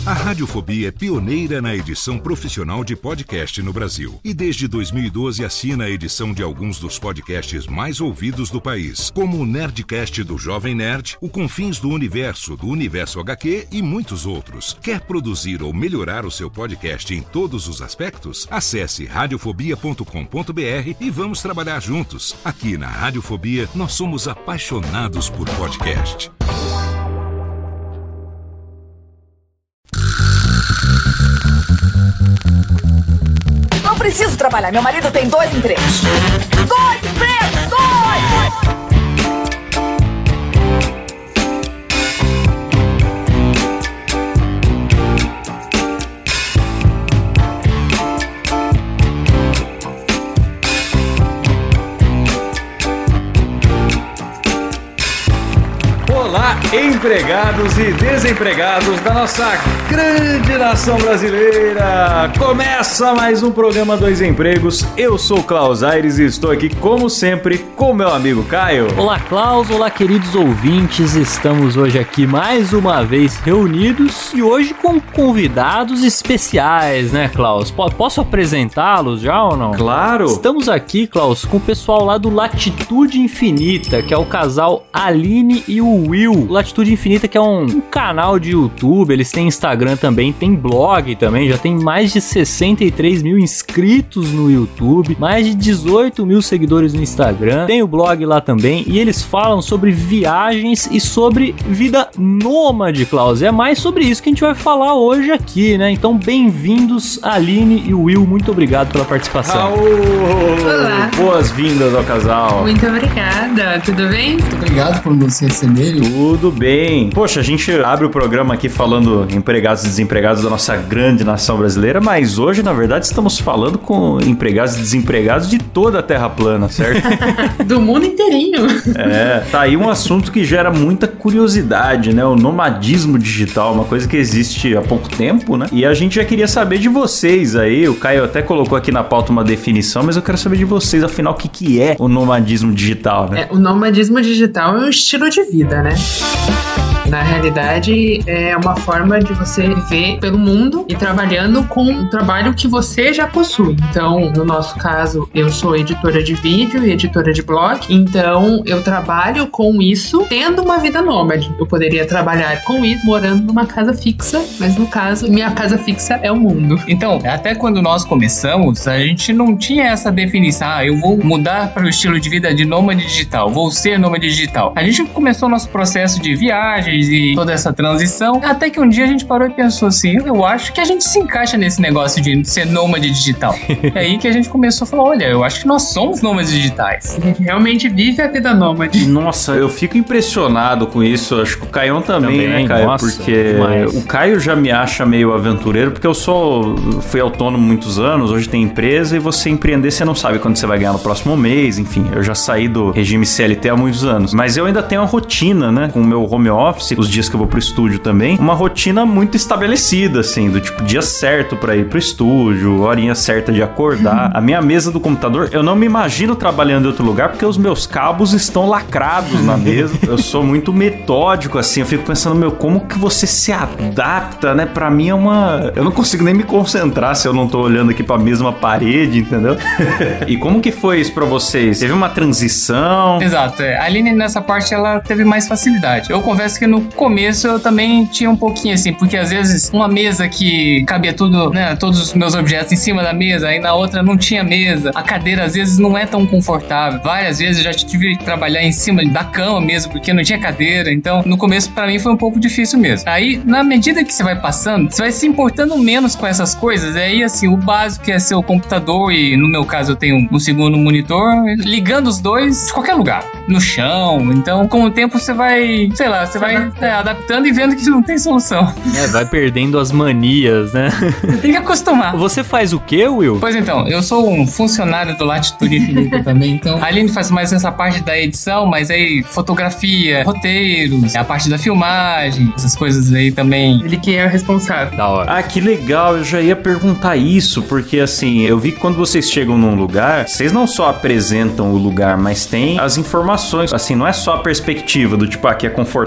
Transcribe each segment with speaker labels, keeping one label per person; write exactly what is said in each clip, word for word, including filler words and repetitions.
Speaker 1: A Radiofobia é pioneira na edição profissional de podcast no Brasil. E desde dois mil e doze assina a edição de alguns dos podcasts mais ouvidos do país, como o Nerdcast do Jovem Nerd, o Confins do Universo, do Universo agá quê e muitos outros. Quer produzir ou melhorar o seu podcast em todos os aspectos? Acesse radiofobia ponto com ponto b r e vamos trabalhar juntos. Aqui na Radiofobia, nós somos apaixonados por podcast.
Speaker 2: Não preciso trabalhar, meu marido tem dois empregos. Dois empregos! Dois!
Speaker 3: Olá, empregados e desempregados da nossa grande nação brasileira! Começa mais um programa Dois Empregos. Eu sou o Klaus Aires e estou aqui, como sempre, com meu amigo Caio.
Speaker 4: Olá, Klaus. Olá, queridos ouvintes. Estamos hoje aqui mais uma vez reunidos e hoje com convidados especiais, né, Klaus? P- posso apresentá-los já ou não?
Speaker 3: Claro!
Speaker 4: Estamos aqui, Klaus, com o pessoal lá do Latitude Infinita, que é o casal Aline e o Will. Latitude Infinita, que é um, um canal de YouTube, eles têm Instagram também, tem blog também, já tem mais de sessenta e três mil inscritos no YouTube, mais de dezoito mil seguidores no Instagram, tem o blog lá também, e eles falam sobre viagens e sobre vida nômade, Klaus. É mais sobre isso que a gente vai falar hoje aqui, né? Então, bem-vindos, Aline e Will, muito obrigado pela participação.
Speaker 3: Aô!
Speaker 5: Olá!
Speaker 3: Boas-vindas ao casal!
Speaker 5: Muito obrigada, tudo bem?
Speaker 6: Muito obrigado por nos receberem.
Speaker 3: Tudo bem. Poxa, a gente abre o programa aqui falando empregados e desempregados da nossa grande nação brasileira, mas hoje, na verdade, estamos falando com empregados e desempregados de toda a Terra plana, certo?
Speaker 5: Do mundo inteirinho.
Speaker 3: É, tá aí um assunto que gera muita curiosidade, né? O nomadismo digital, uma coisa que existe há pouco tempo, né? E a gente já queria saber de vocês aí, o Caio até colocou aqui na pauta uma definição, mas eu quero saber de vocês, afinal, o que, que é o nomadismo digital, né?
Speaker 5: É, o nomadismo digital é um estilo de vida, né? Na realidade, é uma forma de você viver pelo mundo e trabalhando com o trabalho que você já possui. Então, no nosso caso, eu sou editora de vídeo e editora de blog. Então, eu trabalho com isso tendo uma vida nômade. Eu poderia trabalhar com isso morando numa casa fixa, mas no caso, minha casa fixa é o mundo.
Speaker 7: Então, até quando nós começamos, a gente não tinha essa definição. Ah, eu vou mudar para o estilo de vida de nômade digital, vou ser nômade digital. A gente começou nosso processo de viagens e toda essa transição, até que um dia a gente parou e pensou assim, eu acho que a gente se encaixa nesse negócio de ser nômade digital. É aí que a gente começou a falar, olha, eu acho que nós somos nômades digitais.
Speaker 5: A gente realmente vive a vida nômade.
Speaker 3: Nossa, eu fico impressionado com isso, acho que o Caião também, também né, Caio?
Speaker 4: Nossa,
Speaker 3: porque
Speaker 4: demais.
Speaker 3: O Caio já me acha meio aventureiro, porque eu sou, fui autônomo muitos anos, hoje tem empresa, e você empreender, você não sabe quando você vai ganhar no próximo mês, enfim, eu já saí do regime C L T há muitos anos, mas eu ainda tenho uma rotina, né, com o meu home office, os dias que eu vou pro estúdio também, uma rotina muito estabelecida, assim, do tipo, dia certo pra ir pro estúdio, horinha certa de acordar. A minha mesa do computador, eu não me imagino trabalhando em outro lugar, porque os meus cabos estão lacrados na mesa. Eu sou muito metódico, assim, eu fico pensando, meu, como que você se adapta, né? Pra mim é uma... Eu não consigo nem me concentrar se eu não tô olhando aqui pra mesma parede, entendeu? E como que foi isso pra vocês? Teve uma transição?
Speaker 7: Exato, é. A Aline nessa parte, ela teve mais facilidade. Eu confesso que no começo eu também tinha um pouquinho assim, porque às vezes uma mesa que cabia tudo, né, todos os meus objetos em cima da mesa, aí na outra não tinha mesa, a cadeira às vezes não é tão confortável, várias vezes eu já tive que trabalhar em cima da cama mesmo, porque não tinha cadeira, então no começo pra mim foi um pouco difícil mesmo. Aí, na medida que você vai passando, você vai se importando menos com essas coisas, aí assim, o básico é seu computador, e no meu caso eu tenho um segundo monitor, ligando os dois de qualquer lugar, no chão, então com o tempo você vai, sei lá, você vai é, adaptando e vendo que não tem solução.
Speaker 4: É, vai perdendo as manias, né?
Speaker 7: Tem que acostumar.
Speaker 4: Você faz o quê, Will?
Speaker 7: Pois então, eu sou um funcionário do Latitude Infinita também, então a Aline faz mais essa parte da edição, mas aí fotografia, roteiros, a parte da filmagem, essas coisas aí também.
Speaker 5: Ele que é o responsável.
Speaker 4: Da hora.
Speaker 3: Ah, que legal, eu já ia perguntar isso, porque assim, eu vi que quando vocês chegam num lugar, vocês não só apresentam o lugar, mas tem as informações, assim, não é só a perspectiva do tipo, ah, aqui é confortável ou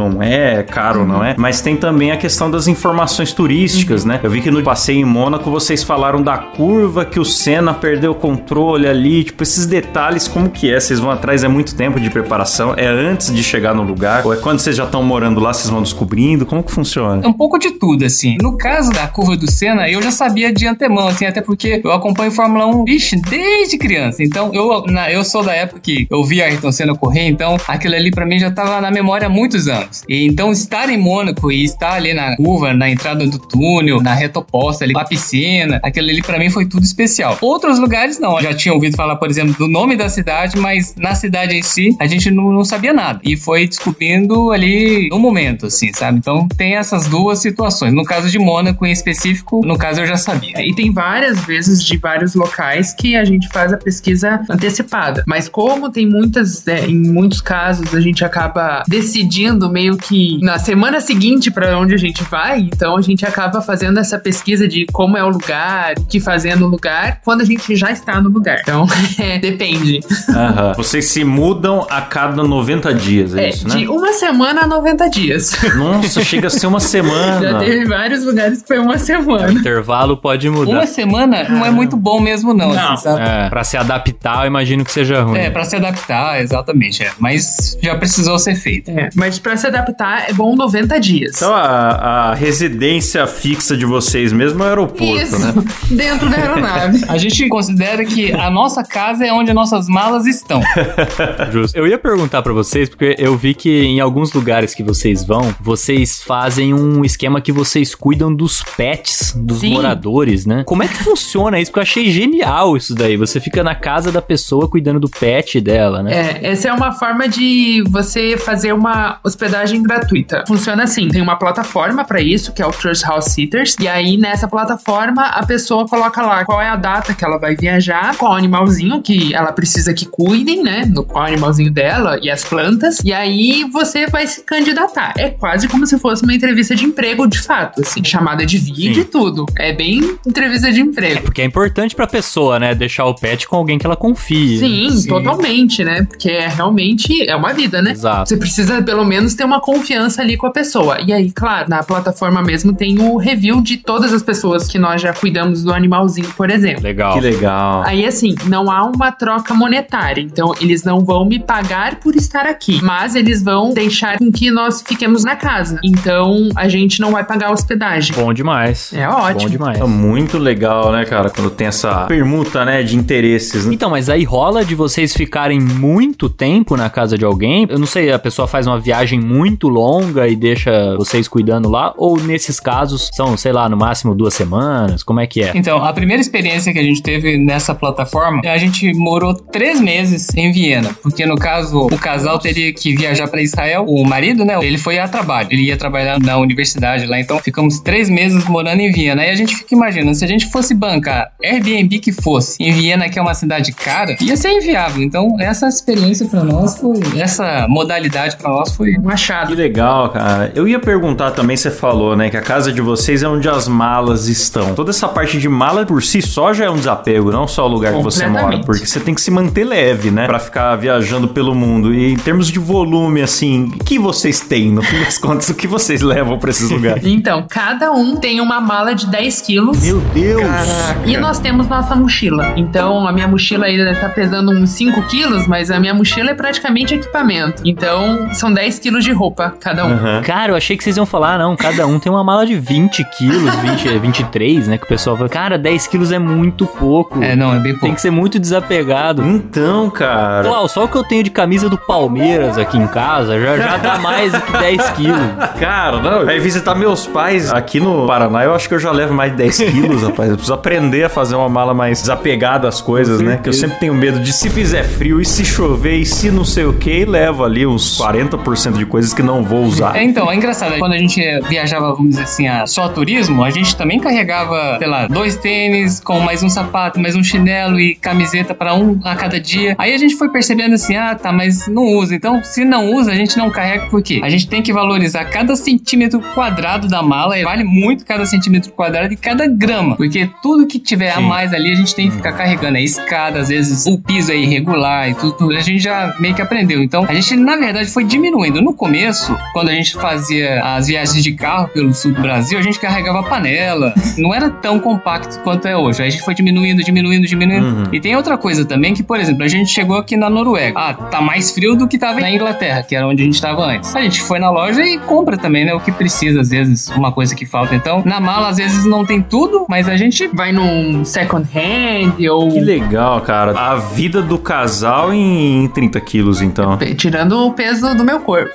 Speaker 3: não é, caro ou não é, mas tem também a questão das informações turísticas, né? Eu vi que no passeio em Mônaco vocês falaram da curva que o Senna perdeu o controle ali, tipo, esses detalhes, como que é? Vocês vão atrás, é muito tempo de preparação? É antes de chegar no lugar? Ou é quando vocês já estão morando lá, vocês vão descobrindo? Como que funciona?
Speaker 7: É um pouco de tudo, assim. No caso da curva do Senna, eu já sabia de antemão, assim, até porque eu acompanho Fórmula um, ixi, desde criança. Então, eu, na, eu sou da época que eu vi Ayrton Senna correr, então aquilo ali pra mim já tava na memória há muitos anos. E então, estar em Mônaco e estar ali na curva, na entrada do túnel, na reta oposta, ali, a piscina, aquilo ali pra mim foi tudo especial. Outros lugares não. Eu já tinha ouvido falar, por exemplo, do nome da cidade, mas na cidade em si, a gente não, não sabia nada. E foi descobrindo ali no momento, assim, sabe? Então, tem essas duas situações. No caso de Mônaco, em específico, no caso eu já sabia.
Speaker 5: E tem várias vezes de vários locais que a gente faz a pesquisa antecipada. Mas como tem muitas, né, em muitos casos, a gente acaba decidindo meio que na semana seguinte para onde a gente vai, então a gente acaba fazendo essa pesquisa de como é o lugar, o que fazer no lugar, quando a gente já está no lugar. Então, é, depende.
Speaker 3: Aham. Vocês se mudam a cada noventa dias, é, é isso, né?
Speaker 5: De uma semana a noventa dias.
Speaker 3: Nossa, chega a ser uma semana.
Speaker 5: Já teve vários lugares que foi uma semana.
Speaker 4: O intervalo pode mudar.
Speaker 7: Uma semana não é muito bom mesmo, não.
Speaker 5: Não.
Speaker 7: Assim, sabe?
Speaker 4: É, pra se adaptar, eu imagino que seja ruim.
Speaker 7: É, pra se adaptar, exatamente. É. Mas já precisou ser feito.
Speaker 5: É, mas pra se adaptar é bom noventa dias.
Speaker 3: Então a, a residência fixa de vocês mesmo é o aeroporto,
Speaker 5: Isso,
Speaker 3: né?
Speaker 5: dentro da aeronave.
Speaker 7: A gente considera que a nossa casa é onde nossas malas estão.
Speaker 4: Justo. Eu ia perguntar pra vocês, porque eu vi que em alguns lugares que vocês vão, vocês fazem um esquema que vocês cuidam dos pets, dos
Speaker 5: Sim.
Speaker 4: moradores, né? Como é que funciona isso? Porque eu achei genial isso daí. Você fica na casa da pessoa cuidando do pet dela, né?
Speaker 5: É, essa é uma forma de você fazer uma hospedagem gratuita. Funciona assim, tem uma plataforma pra isso, que é o Trust House Sitters, e aí nessa plataforma a pessoa coloca lá qual é a data que ela vai viajar, qual animalzinho que ela precisa que cuidem, né, no qual animalzinho dela e as plantas, e aí você vai se candidatar. É quase como se fosse uma entrevista de emprego de fato, assim, chamada de vídeo
Speaker 4: Sim.
Speaker 5: e tudo. É bem entrevista de emprego.
Speaker 4: Porque é importante pra pessoa, né? Deixar o pet com alguém que ela confie.
Speaker 5: Sim, Sim, totalmente, né? Porque é, realmente é uma vida, né?
Speaker 4: Exato.
Speaker 5: Você precisa pelo menos ter uma confiança ali com a pessoa. E aí, claro, na plataforma mesmo tem o review de todas as pessoas que nós já cuidamos do animalzinho, por exemplo.
Speaker 4: Legal.
Speaker 3: Que legal.
Speaker 5: Aí, assim, não há uma troca monetária. Então, eles não vão me pagar por estar aqui. Mas eles vão deixar com que nós fiquemos na casa. Então, a gente não vai pagar a hospedagem.
Speaker 4: Bom demais.
Speaker 5: É ótimo.
Speaker 4: Bom demais.
Speaker 3: É muito legal, né, cara? Quando tem essa permuta, né, de interesses, né?
Speaker 4: Então, mas aí rola de vocês ficarem muito tempo na casa de alguém? Eu não sei, a pessoa faz uma viagem muito longa e deixa vocês cuidando lá? Ou nesses casos são, sei lá, no máximo duas semanas? Como é que é?
Speaker 7: Então, a primeira experiência que a gente teve nessa plataforma, a gente morou três meses em Viena. Porque, no caso, o casal teria que viajar para Israel. O marido, né, ele foi a trabalho. Ele ia trabalhar na universidade lá. Então, ficamos três meses morando em Viena. Aí a gente fica imaginando, se a gente fosse bancar Airbnb que fosse em Viena, que é uma cidade cara, ia ser inviável. Então, essa experiência para nós foi... Essa modalidade para nós foi um
Speaker 3: Que
Speaker 7: achado.
Speaker 3: legal, cara. Eu ia perguntar também, você falou, né, que a casa de vocês é onde as malas estão. Toda essa parte de mala por si só já é um desapego, não só o lugar que você mora, porque você tem que se manter leve, né, pra ficar viajando pelo mundo. E em termos de volume, assim, o que vocês têm, no fim das contas, o que vocês levam pra esses lugares?
Speaker 5: Então, cada um tem uma mala de dez quilos.
Speaker 3: Meu Deus!
Speaker 5: E nós temos nossa mochila. Então, a minha mochila ainda tá pesando uns cinco quilos, mas a minha mochila é praticamente equipamento. Então, são dez quilos de roupa, cada um.
Speaker 3: Uhum.
Speaker 4: Cara, eu achei que vocês iam falar, não, cada um tem uma mala de vinte quilos, vinte, vinte e três, né? Que o pessoal fala, cara, dez quilos é muito pouco.
Speaker 7: É, não, é bem pouco.
Speaker 4: Tem que ser muito desapegado.
Speaker 3: Então, cara...
Speaker 4: Clau, só o que eu tenho de camisa do Palmeiras aqui em casa já, já dá mais do que dez quilos.
Speaker 3: Cara, não, vai visitar meus pais aqui no Paraná, eu acho que eu já levo mais de dez quilos, rapaz. Eu preciso aprender a fazer uma mala mais desapegada às coisas, né? Que eu sempre tenho medo de se fizer frio e se chover e se não sei o que, levo ali uns quarenta por cento de coisas que não vou usar.
Speaker 7: É, então, é engraçado. Quando a gente viajava, vamos dizer assim, a só turismo, a gente também carregava, sei lá, dois tênis com mais um sapato, mais um chinelo e camiseta pra um a cada dia. Aí a gente foi percebendo assim, ah, tá, mas não usa. Então, se não usa, a gente não carrega por quê? A gente tem que valorizar cada centímetro quadrado da mala, e vale muito cada centímetro quadrado e cada grama, porque tudo que tiver Sim. a mais ali, a gente tem que ficar carregando. É escada, às vezes o piso é irregular e tudo, tudo. A gente já meio que aprendeu. Então, a gente, na verdade, foi diminuindo. No começo, começo, quando a gente fazia as viagens de carro pelo sul do Brasil, a gente carregava panela. Não era tão compacto quanto é hoje. Aí a gente foi diminuindo, diminuindo, diminuindo. Uhum. E tem outra coisa também que, por exemplo, a gente chegou aqui na Noruega. Ah, tá mais frio do que tava na Inglaterra, que era onde a gente tava antes. A gente foi na loja e compra também, né? O que precisa, às vezes, uma coisa que falta. Então, na mala, às vezes, não tem tudo, mas a gente vai num second hand ou...
Speaker 3: Que legal, cara. A vida do casal em trinta quilos, então.
Speaker 5: Tirando o peso do meu corpo.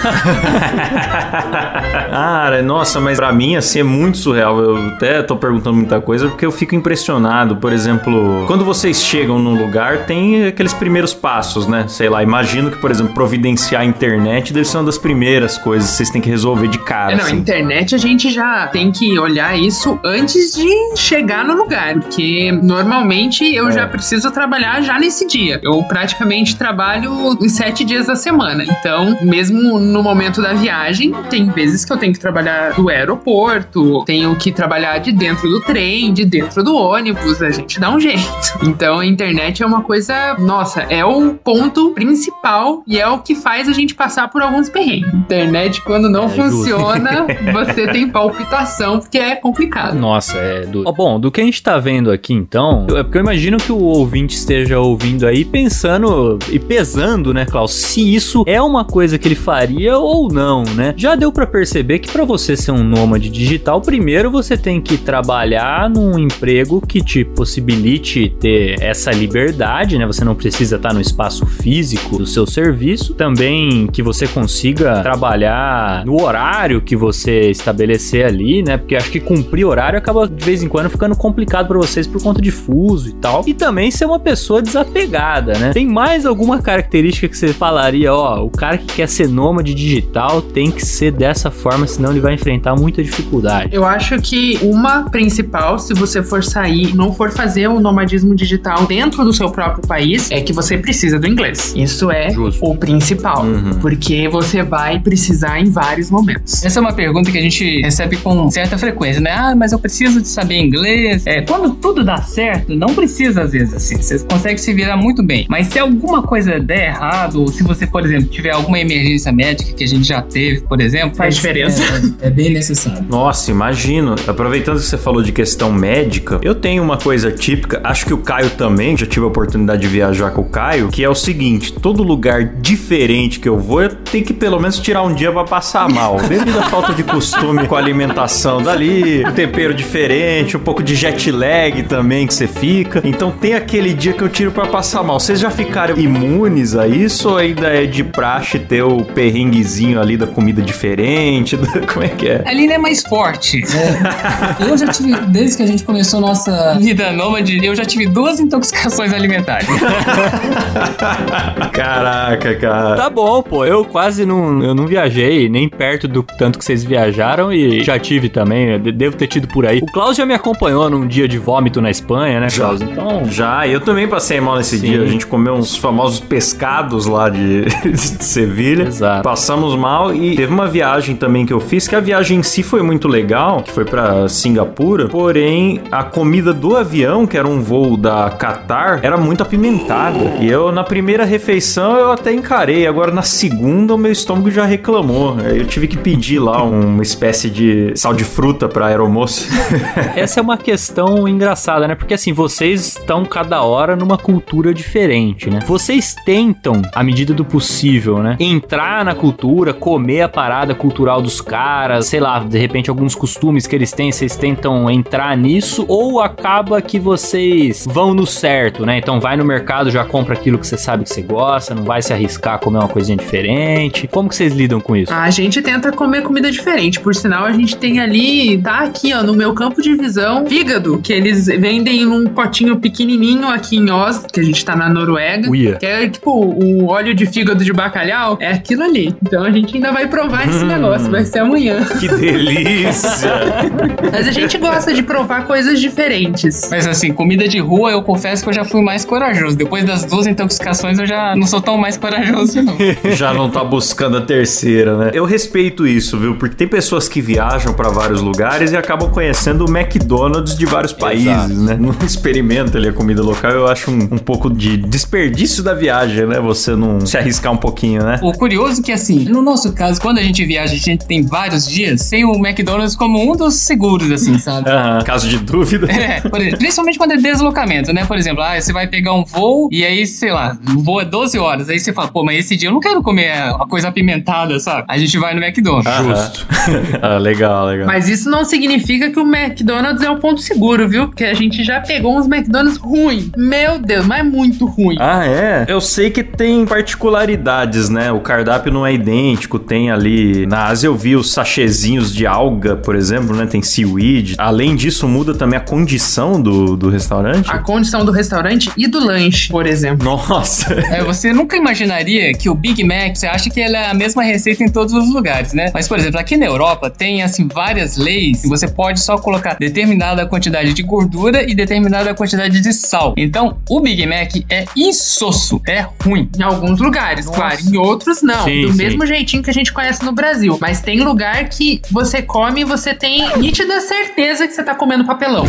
Speaker 3: Cara, nossa, mas pra mim, assim, é muito surreal. Eu até tô perguntando muita coisa porque eu fico impressionado. Por exemplo, quando vocês chegam num lugar, tem aqueles primeiros passos, né? Sei lá, imagino que, por exemplo, providenciar a internet deve ser uma das primeiras coisas que vocês têm que resolver de cara.
Speaker 5: É, não,
Speaker 3: assim.
Speaker 5: Internet a gente já tem que olhar isso antes de chegar no lugar, porque normalmente eu é. já preciso trabalhar já nesse dia. Eu praticamente trabalho os sete dias da semana. Então, mesmo no momento da viagem, tem vezes que eu tenho que trabalhar do aeroporto, tenho que trabalhar de dentro do trem, de dentro do ônibus, a gente dá um jeito. Então, a internet é uma coisa, nossa, é o ponto principal e é o que faz a gente passar por alguns perrengues. Internet, quando não é, funciona, você tem palpitação, porque é complicado.
Speaker 4: Nossa, é duro. Oh, bom, do que a gente tá vendo aqui, então, é porque eu imagino que o ouvinte esteja ouvindo aí pensando e pesando, né, Klaus, se isso é uma coisa que ele faria ou não, né? Já deu pra perceber que pra você ser um nômade digital, primeiro você tem que trabalhar num emprego que te possibilite ter essa liberdade, né? Você não precisa estar no espaço físico do seu serviço. Também que você consiga trabalhar no horário que você estabelecer ali, né? Porque acho que cumprir horário acaba de vez em quando ficando complicado pra vocês por conta de fuso e tal. E também ser uma pessoa desapegada, né? Tem mais alguma característica que você falaria, ó, o cara que quer ser nômade digital tem que ser dessa forma, senão ele vai enfrentar muita dificuldade?
Speaker 5: Eu acho que uma principal, se você for sair, não for fazer o nomadismo digital dentro do seu próprio país, é que você precisa do inglês. Isso é Justo. o principal, uhum. porque você vai precisar em vários momentos.
Speaker 7: Essa é uma pergunta que a gente recebe com certa frequência, né? Ah, mas eu preciso de saber inglês. É, quando tudo dá certo, não precisa às vezes assim, você consegue se virar muito bem. Mas se alguma coisa der errado, ou se você, por exemplo, tiver alguma emergência médica que a gente já teve, por exemplo,
Speaker 5: faz diferença.
Speaker 6: É, é bem necessário.
Speaker 3: Nossa, imagino. Aproveitando que você falou de questão médica, eu tenho uma coisa típica, acho que o Caio também, já tive a oportunidade de viajar com o Caio, que é o seguinte, todo lugar diferente que eu vou, eu tenho que pelo menos tirar um dia pra passar mal, devido à falta de costume com a alimentação dali, um tempero diferente, um pouco de jet lag também que você fica, então tem aquele dia que eu tiro pra passar mal. Vocês já ficaram imunes a isso ou ainda é de praxe ter o perrenguezinho ali da comida diferente? Como é que é?
Speaker 7: A Aline é mais forte.
Speaker 6: É. Eu já tive, desde que a gente começou nossa
Speaker 7: vida nômade, eu já tive duas intoxicações alimentares.
Speaker 3: Caraca, cara.
Speaker 4: Tá bom, pô. Eu quase não, eu não viajei nem perto do tanto que vocês viajaram e já tive também. Eu devo ter tido por aí. O Klaus já me acompanhou num dia de vômito na Espanha, né, Klaus?
Speaker 3: Então... Já, eu também passei mal nesse Sim. dia. A gente comeu uns famosos pescados lá de, de Sevilha.
Speaker 4: Exato.
Speaker 3: Passamos mal e teve uma viagem também que eu fiz, que a viagem em si foi muito legal, que foi pra Singapura, porém a comida do avião, que era um voo da Qatar, era muito apimentada. E eu, na primeira refeição, eu até encarei. Agora, na segunda, o meu estômago já reclamou. Eu tive que pedir lá uma espécie de sal de fruta pra aeromoça.
Speaker 4: Essa é uma questão engraçada, né? Porque assim, vocês estão cada hora numa cultura diferente, né? Vocês tentam, à medida do possível, né? Entrar na cultura, comer a parada cultural dos caras, sei lá, de repente alguns costumes que eles têm, vocês tentam entrar nisso, ou acaba que vocês vão no certo, né? Então vai no mercado, já compra aquilo que você sabe que você gosta, não vai se arriscar a comer uma coisinha diferente. Como que vocês lidam com isso?
Speaker 5: A gente tenta comer comida diferente, por sinal a gente tem ali, tá aqui ó, no meu campo de visão, fígado, que eles vendem num potinho pequenininho aqui em Oslo, que a gente tá na Noruega,
Speaker 4: Uia.
Speaker 5: que é tipo o óleo de fígado de bacalhau, é aquilo ali. Então a gente ainda vai provar esse hum, negócio, vai ser amanhã.
Speaker 3: Que delícia!
Speaker 5: Mas a gente gosta de provar coisas diferentes.
Speaker 7: Mas assim, comida de rua, eu confesso que eu já fui mais corajoso. Depois das duas intoxicações, eu já não sou tão mais corajoso, não.
Speaker 3: Já não tá buscando a terceira, né? Eu respeito isso, viu? Porque tem pessoas que viajam pra vários lugares e acabam conhecendo o McDonald's de vários países, Exato. né? Não experimenta ali a comida local. Eu acho um, um pouco de desperdício da viagem, né? Você não se arriscar um pouquinho, né?
Speaker 7: O curioso que assim, no nosso caso, quando a gente viaja, a gente tem vários dias, tem o McDonald's como um dos seguros, assim, sabe?
Speaker 3: Aham, caso de dúvida.
Speaker 7: É, por exemplo, principalmente quando é deslocamento, né? Por exemplo, ah, você vai pegar um voo e aí, sei lá, o voo é doze horas, aí você fala, pô, mas esse dia eu não quero comer a coisa apimentada, sabe? A gente vai no McDonald's.
Speaker 3: Justo. Ah, legal, legal.
Speaker 5: Mas isso não significa que o McDonald's é um ponto seguro, viu? Porque a gente já pegou uns McDonald's ruim. Meu Deus, mas muito ruim.
Speaker 3: Ah, é? Eu sei que tem particularidades, né? O cardápio não é idêntico, tem ali... Na Ásia eu vi os sachêzinhos de alga, por exemplo, né? Tem seaweed. Além disso, muda também a condição do, do restaurante?
Speaker 5: A condição do restaurante e do lanche, por exemplo.
Speaker 3: Nossa!
Speaker 7: É, você nunca imaginaria que o Big Mac, você acha que ele é a mesma receita em todos os lugares, né? Mas, por exemplo, aqui na Europa tem, assim, várias leis que você pode só colocar determinada quantidade de gordura e determinada quantidade de sal. Então, o Big Mac é insosso, é ruim.
Speaker 5: Em alguns lugares,
Speaker 7: Nossa.
Speaker 5: claro. Em outros, não.
Speaker 3: Sim,
Speaker 5: do
Speaker 3: sim.
Speaker 5: mesmo jeitinho que a gente conhece no Brasil. Mas tem lugar que você come e você tem nítida certeza que você tá comendo papelão.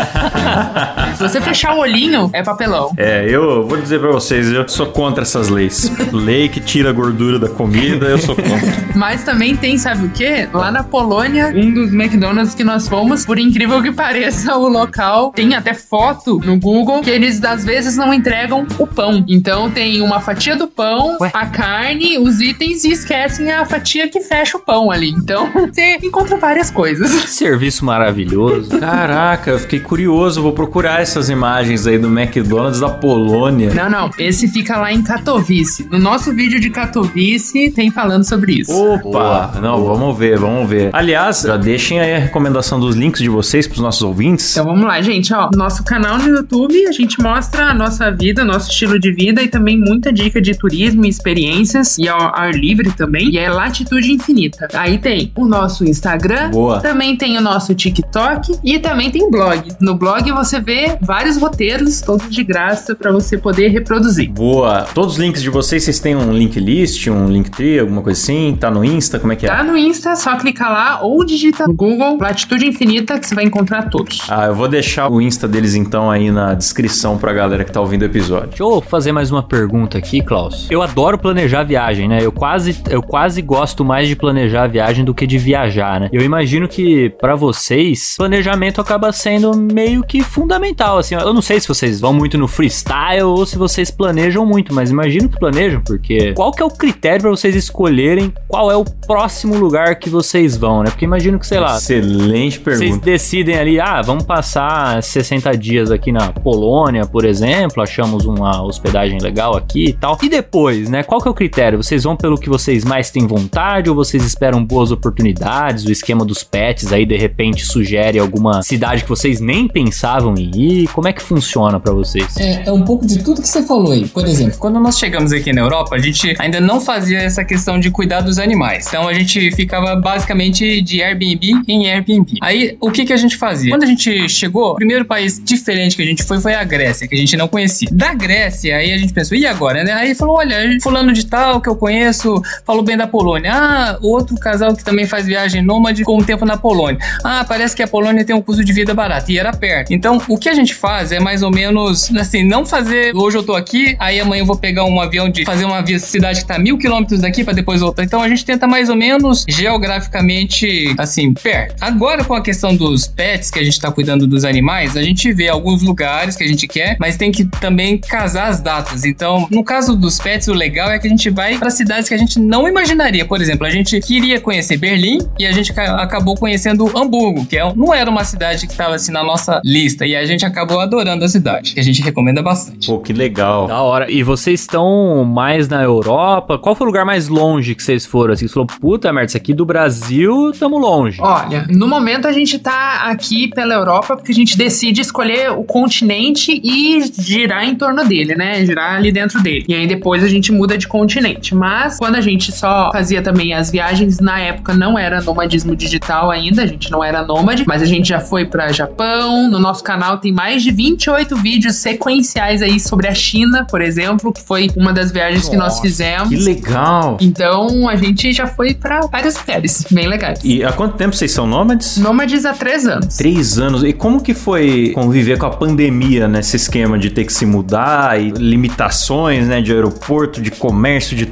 Speaker 5: Se você fechar o olhinho, é papelão.
Speaker 3: É, eu vou dizer pra vocês, eu sou contra essas leis. Lei que tira a gordura da comida, eu sou contra.
Speaker 5: Mas também tem, sabe o quê? Lá na Polônia, um dos McDonald's que nós fomos, por incrível que pareça, o local tem até foto no Google que eles às vezes não entregam o pão. Então tem uma fatia do pão,
Speaker 4: Ué?
Speaker 5: a carne, os itens e esquecem a fatia que fecha o pão ali. Então você encontra várias coisas.
Speaker 4: Que serviço maravilhoso.
Speaker 3: Caraca, eu fiquei curioso, vou procurar essas imagens aí do McDonald's da Polônia.
Speaker 5: Não, não. Esse fica lá em Katowice. No nosso vídeo de Katowice tem falando sobre isso.
Speaker 3: Opa!
Speaker 4: Boa,
Speaker 3: Não,
Speaker 4: boa.
Speaker 3: vamos ver, vamos ver. Aliás, já deixem aí a recomendação dos links de vocês pros nossos ouvintes.
Speaker 5: Então vamos lá, gente, ó, nosso canal no YouTube, a gente mostra a nossa vida, nosso estilo de vida e também muita dica de turismo e experiências e ao ar livre também, e é Latitude Infinita. Aí tem o nosso Instagram,
Speaker 3: Boa.
Speaker 5: também tem o nosso TikTok e também tem blog. No blog você vê vários roteiros, todos de graça, pra você poder reproduzir.
Speaker 3: Boa. Todos os links de vocês, vocês têm um link list, um Linktree, alguma coisa assim? Tá no Insta? Como é que é?
Speaker 5: Tá no Insta, é só clicar lá ou digita no Google Latitude Infinita que você vai encontrar todos.
Speaker 3: Ah, eu vou deixar o Insta deles então aí na descrição pra galera que tá ouvindo o episódio.
Speaker 4: Deixa eu fazer mais uma pergunta aqui, Klaus. Eu adoro planejar viagem, né? Eu quase, eu quase gosto mais de planejar a viagem do que de viajar, né? Eu imagino que pra vocês, planejamento acaba sendo meio que fundamental, assim. Eu não sei se vocês vão muito no freestyle ou se vocês planejam muito, mas imagino que planejam, porque qual que é o critério pra vocês escolherem qual é o próximo lugar que vocês vão, né? Porque imagino que, sei lá,
Speaker 3: Excelente
Speaker 4: vocês
Speaker 3: pergunta.
Speaker 4: decidem ali, ah, vamos passar sessenta dias aqui na Polônia, por exemplo, achamos uma hospedagem legal aqui e tal. E depois, né, qual que é o critério? Vocês vão pelo que vocês mais têm vontade ou vocês esperam boas oportunidades? O esquema dos pets aí, de repente, sugere alguma cidade que vocês nem pensavam em ir? Como é que funciona pra vocês?
Speaker 6: É, é um pouco de tudo que você falou aí. Por exemplo,
Speaker 7: Quando nós chegamos aqui na Europa, a gente ainda não fazia essa questão de cuidar dos animais. Então a gente ficava basicamente de Airbnb em Airbnb. Aí o que que a gente fazia? Quando a gente chegou, o primeiro país diferente que a gente foi foi a Grécia, que a gente não conhecia. Da Grécia, aí a gente pensou, e agora, né? Aí falou, olha, fulano de tal que eu conheço falou bem da Polônia. Ah, outro casal que também faz viagem nômade com um tempo na Polônia. Ah, parece que a Polônia tem um custo de vida barato. E era perto. Então o que a gente faz é mais ou menos assim, não fazer hoje eu tô aqui, aí amanhã eu vou pegar um avião de fazer uma via- cidade que tá mil quilômetros daqui pra depois outra. Então a gente tenta mais ou menos geograficamente assim, perto. Agora com a questão dos pets, que a gente tá cuidando dos animais, a gente vê alguns lugares que a gente quer, mas tem que também casar as datas. Então, no caso dos pets, o legal é que a gente vai pra cidades que a gente não imaginaria. Por exemplo, a gente queria conhecer Berlim e a gente ca- acabou conhecendo Hamburgo, que é, não era uma cidade que tava assim na nossa lista, e a gente acabou adorando a cidade, que a gente recomenda bastante.
Speaker 3: Pô, que legal.
Speaker 4: Da hora. E vocês estão mais na Europa? Qual foi o lugar mais longe que vocês foram? Assim, você falou, puta merda, isso aqui do Brasil, tamo longe.
Speaker 5: Olha, no momento a gente tá aqui pela Europa porque a gente decide escolher o continente e girar em torno dele, né? Girar ali dentro dele. E aí depois a gente muda de continente. Mas quando a gente só fazia também as viagens, na época não era nomadismo digital ainda, a gente não era nômade, mas a gente já foi pra Japão. No nosso canal tem mais de vinte e oito vídeos sequenciais aí sobre a China, por exemplo, que foi uma das viagens que nós fizemos.
Speaker 3: Que legal.
Speaker 5: Então a gente já foi pra vários lugares bem legais.
Speaker 3: E há quanto tempo vocês são nômades?
Speaker 5: Nômades há três anos.
Speaker 3: Três anos. E como que foi conviver com a pandemia nesse esquema de ter que se mudar e limitações, né, de aeroporto, de comércio, de tudo? Como é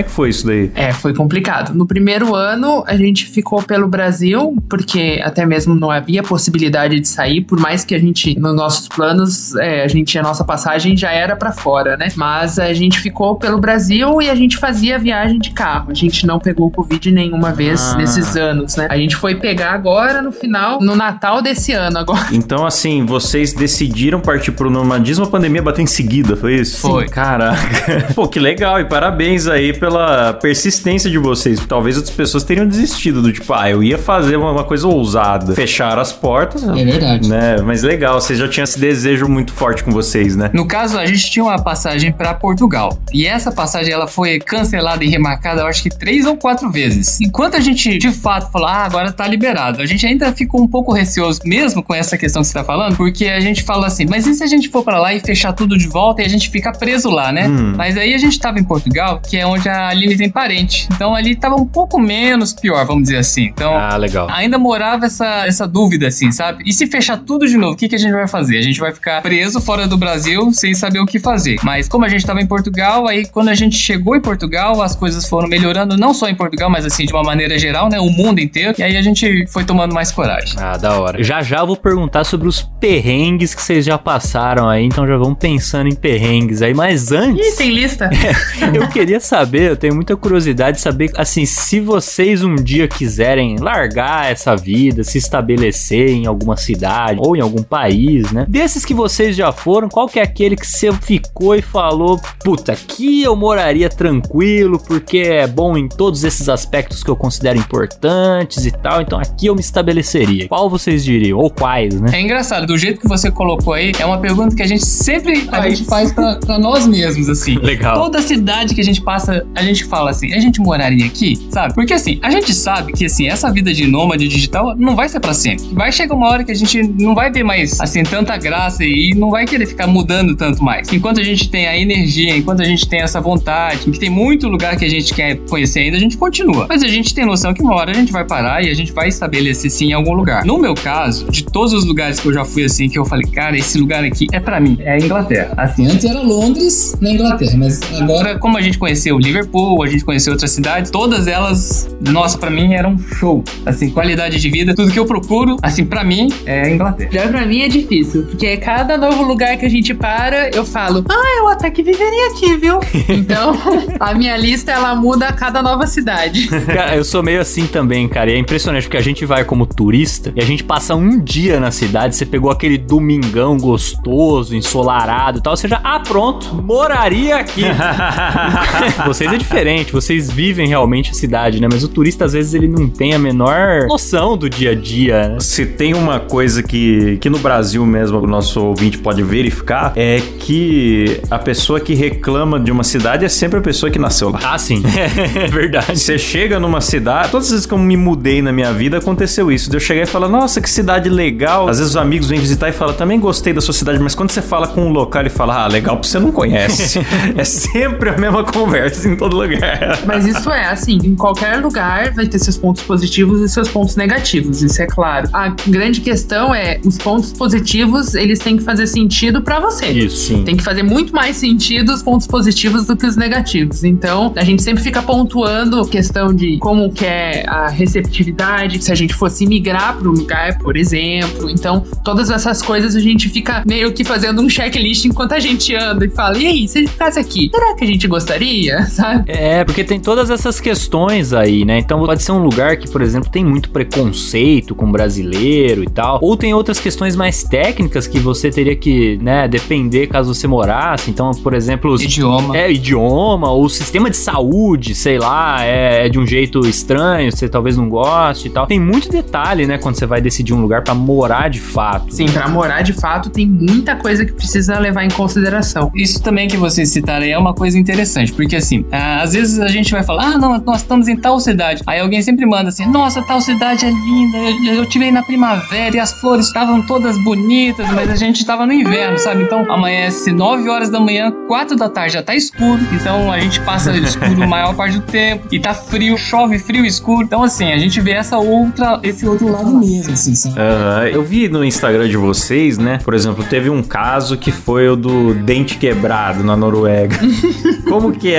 Speaker 3: que foi isso daí?
Speaker 5: É, foi complicado. No primeiro ano, a gente ficou pelo Brasil, porque até mesmo não havia possibilidade de sair, por mais que a gente, nos nossos planos, é, a gente, a nossa passagem já era pra fora, né? Mas a gente ficou pelo Brasil e a gente fazia viagem de carro. A gente não pegou Covid nenhuma vez ah. nesses anos, né? A gente foi pegar agora no final, no Natal desse ano agora.
Speaker 3: Então, assim, vocês decidiram partir pro nomadismo, a pandemia bateu em seguida, foi isso?
Speaker 7: Foi.
Speaker 3: Caraca. Pô, que legal, e parabéns aí pela persistência de vocês. Talvez outras pessoas teriam desistido do tipo, ah, eu ia fazer uma, uma coisa ousada. Fechar as portas.
Speaker 6: É verdade.
Speaker 3: Né? Mas legal, vocês já tinham esse desejo muito forte com vocês, né?
Speaker 7: No caso, a gente tinha uma passagem pra Portugal. E essa passagem, ela foi cancelada e remarcada, eu acho que três ou quatro vezes. Enquanto a gente, de fato, falou, ah, agora tá liberado. A gente ainda ficou um pouco receoso, mesmo com essa questão que você tá falando, porque a gente fala assim, mas e se a gente for pra lá e fechar tudo de volta e a gente fica preso lá, né? Hum. Mas aí a gente tava em Portugal, que é onde a Aline tem parente. Então ali tava um pouco menos pior, vamos dizer assim. Então,
Speaker 4: ah, legal.
Speaker 7: Ainda morava essa, essa dúvida, assim, sabe? E se fechar tudo de novo, o que, que a gente vai fazer? A gente vai ficar preso fora do Brasil sem saber o que fazer. Mas como a gente tava em Portugal, aí quando a gente chegou em Portugal, as coisas foram melhorando, não só em Portugal, mas assim, de uma maneira geral, né? O mundo inteiro. E aí a gente foi tomando mais coragem.
Speaker 4: Ah, da hora. Já já eu vou perguntar sobre os perrengues que vocês já passaram aí, então já vamos pensando em perrengues aí. Mas antes...
Speaker 5: Ih, tem lista.
Speaker 4: Eu queria saber, eu tenho muita curiosidade de saber, assim, se vocês um dia quiserem largar essa vida, se estabelecer em alguma cidade ou em algum país, né? Desses que vocês já foram, qual que é aquele que você ficou e falou, puta, aqui eu moraria tranquilo, porque é bom em todos esses aspectos que eu considero importantes e tal, então aqui eu me estabeleceria. Qual vocês diriam? Ou quais, né?
Speaker 7: É engraçado, do jeito que você colocou aí, é uma pergunta que a gente sempre a gente faz pra, pra nós mesmos, assim.
Speaker 4: Legal.
Speaker 7: Toda cidade que a gente passa, a gente fala assim, a gente moraria aqui, sabe? Porque assim, a gente sabe que assim, essa vida de nômade digital não vai ser pra sempre. Vai chegar uma hora que a gente não vai ter mais, assim, tanta graça e não vai querer ficar mudando tanto mais. Enquanto a gente tem a energia, enquanto a gente tem essa vontade, que tem muito lugar que a gente quer conhecer ainda, a gente continua. Mas a gente tem noção que uma hora a gente vai parar e a gente vai estabelecer sim em algum lugar. No meu caso, de todos os lugares que eu já fui assim, que eu falei, cara, esse lugar aqui é pra mim, é a Inglaterra.
Speaker 6: Assim, antes era Londres na Inglaterra, mas agora,
Speaker 7: como a gente conheceu Liverpool, a gente conheceu outras cidades, todas elas, nossa, pra mim eram show. Assim, qualidade de vida, tudo que eu procuro, assim, pra mim, é a Inglaterra.
Speaker 5: Já pra mim é difícil, porque cada novo lugar que a gente para, eu falo, ah, eu até que viveria aqui, viu? Então, a minha lista, ela muda a cada nova cidade.
Speaker 4: Cara, eu sou meio assim também, cara, e é impressionante, porque a gente vai como turista e a gente passa um dia na cidade, você pegou aquele domingão gostoso, ensolarado e tal, você já, ah, pronto, moraria aqui. Vocês é diferente, vocês vivem realmente a cidade, né? Mas o turista, às vezes, ele não tem a menor noção do dia a dia, né?
Speaker 3: Se tem uma coisa que, que no Brasil mesmo o nosso ouvinte pode verificar, é que a pessoa que reclama de uma cidade é sempre a pessoa que nasceu lá.
Speaker 4: Ah, sim. É verdade.
Speaker 3: Você chega numa cidade... Todas as vezes que eu me mudei na minha vida, aconteceu isso. De eu chegar e falar, nossa, que cidade legal. Às vezes os amigos vêm visitar e falam, também gostei da sua cidade, mas quando você fala com um local, ele fala, ah, legal, porque você não conhece. É sempre a mesma conversa em todo lugar.
Speaker 5: Mas isso é, assim, em qualquer lugar vai ter seus pontos positivos e seus pontos negativos, isso é claro. A grande questão é, os pontos positivos, eles têm que fazer sentido pra você.
Speaker 4: Isso, sim.
Speaker 5: Tem que fazer muito mais sentido os pontos positivos do que os negativos. Então, a gente sempre fica pontuando questão de como que é a receptividade, se a gente fosse migrar para um lugar, por exemplo. Então, todas essas coisas a gente fica meio que fazendo um checklist enquanto a gente anda e fala, e aí, se a gente ficasse aqui, será que a gente gostaria? Sabe?
Speaker 4: É, porque tem todas essas questões aí, né? Então pode ser um lugar que, por exemplo, tem muito preconceito com brasileiro e tal, ou tem outras questões mais técnicas que você teria que, né, depender caso você morasse. Então, por exemplo, os...
Speaker 7: idioma.
Speaker 4: É, idioma, ou o sistema de saúde, sei lá, é, é de um jeito estranho, você talvez não goste e tal. Tem muito detalhe, né, quando você vai decidir um lugar pra morar de fato.
Speaker 5: Sim, pra morar de fato tem muita coisa que precisa levar em consideração.
Speaker 7: Isso também que vocês citaram aí é uma coisa interessante, porque assim, às vezes a gente vai falar, ah, não, nós estamos em tal cidade. Aí alguém sempre manda assim, nossa, tal cidade é linda, eu, eu tive aí na primavera e as flores estavam todas bonitas, mas a gente estava no inverno, sabe? Então amanhece nove horas da manhã, quatro da tarde já tá escuro, então a gente passa escuro a maior parte do tempo, e tá frio, chove frio, escuro. Então assim, a gente vê essa outra, esse outro lado mesmo, assim, sabe?
Speaker 3: Uh, eu vi no Instagram de vocês, né? Por exemplo, teve um caso que foi o do dente quebrado na Noruega. Como que é essa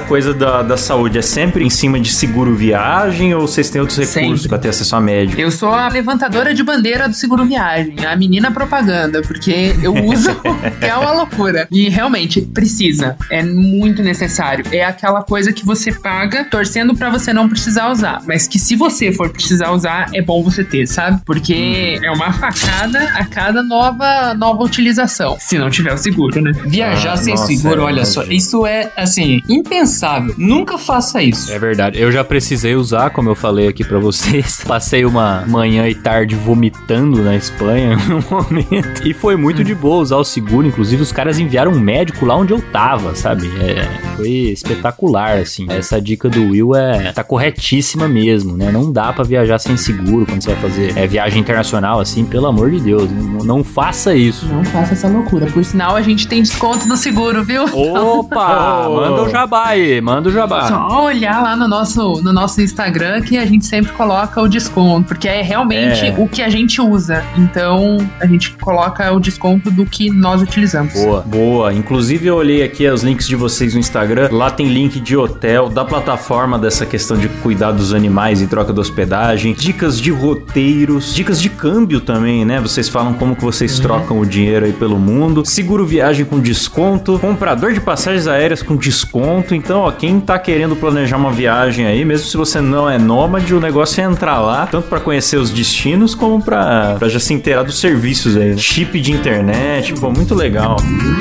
Speaker 3: coisa da, da saúde é sempre em cima de seguro viagem ou vocês têm outros recursos para ter acesso a médico?
Speaker 5: Eu sou a levantadora de bandeira do seguro viagem, a menina propaganda, porque eu uso, que é uma loucura. E realmente, precisa. É muito necessário. É aquela coisa que você paga torcendo pra você não precisar usar. Mas que se você for precisar usar, é bom você ter, sabe? Porque hum. é uma facada a cada nova, nova utilização. Se não tiver o seguro, né?
Speaker 7: Viajar ah, sem nossa, seguro, é, olha só, isso é, assim, impensável. Nunca faça isso.
Speaker 4: É verdade. Eu já precisei usar, como eu falei aqui pra vocês. Passei uma manhã e tarde vomitando na Espanha no momento. E foi muito hum. de boa usar o seguro. Inclusive, os caras enviaram um médico lá onde eu tava, sabe? É, foi espetacular, assim. Essa dica do Will é tá corretíssima mesmo, né? Não dá pra viajar sem seguro quando você vai fazer é, viagem internacional, assim, pelo amor de Deus. Não, não faça isso.
Speaker 5: Não faça essa loucura. Por sinal, a gente tem desconto no seguro, viu?
Speaker 4: Opa! Oh. Manda o jabá aí, manda o jabá.
Speaker 5: Só olhar lá no nosso, no nosso Instagram que a gente sempre coloca o desconto, porque é realmente é. o que a gente usa. Então, a gente coloca o desconto do que nós utilizamos.
Speaker 3: Boa, boa. Inclusive, eu olhei aqui os links de vocês no Instagram. Lá tem link de hotel, da plataforma dessa questão de cuidar dos animais em troca da hospedagem, dicas de roteiros, dicas de câmbio também, né? Vocês falam como que vocês uhum. trocam o dinheiro aí pelo mundo, seguro viagem com desconto, comprador de passagens aéreas com desconto. Então, ó, quem tá querendo planejar uma viagem aí, mesmo se você não é nômade, o negócio é entrar lá, tanto pra conhecer os destinos, como pra, pra já se inteirar dos serviços aí. Chip de internet, pô, muito legal.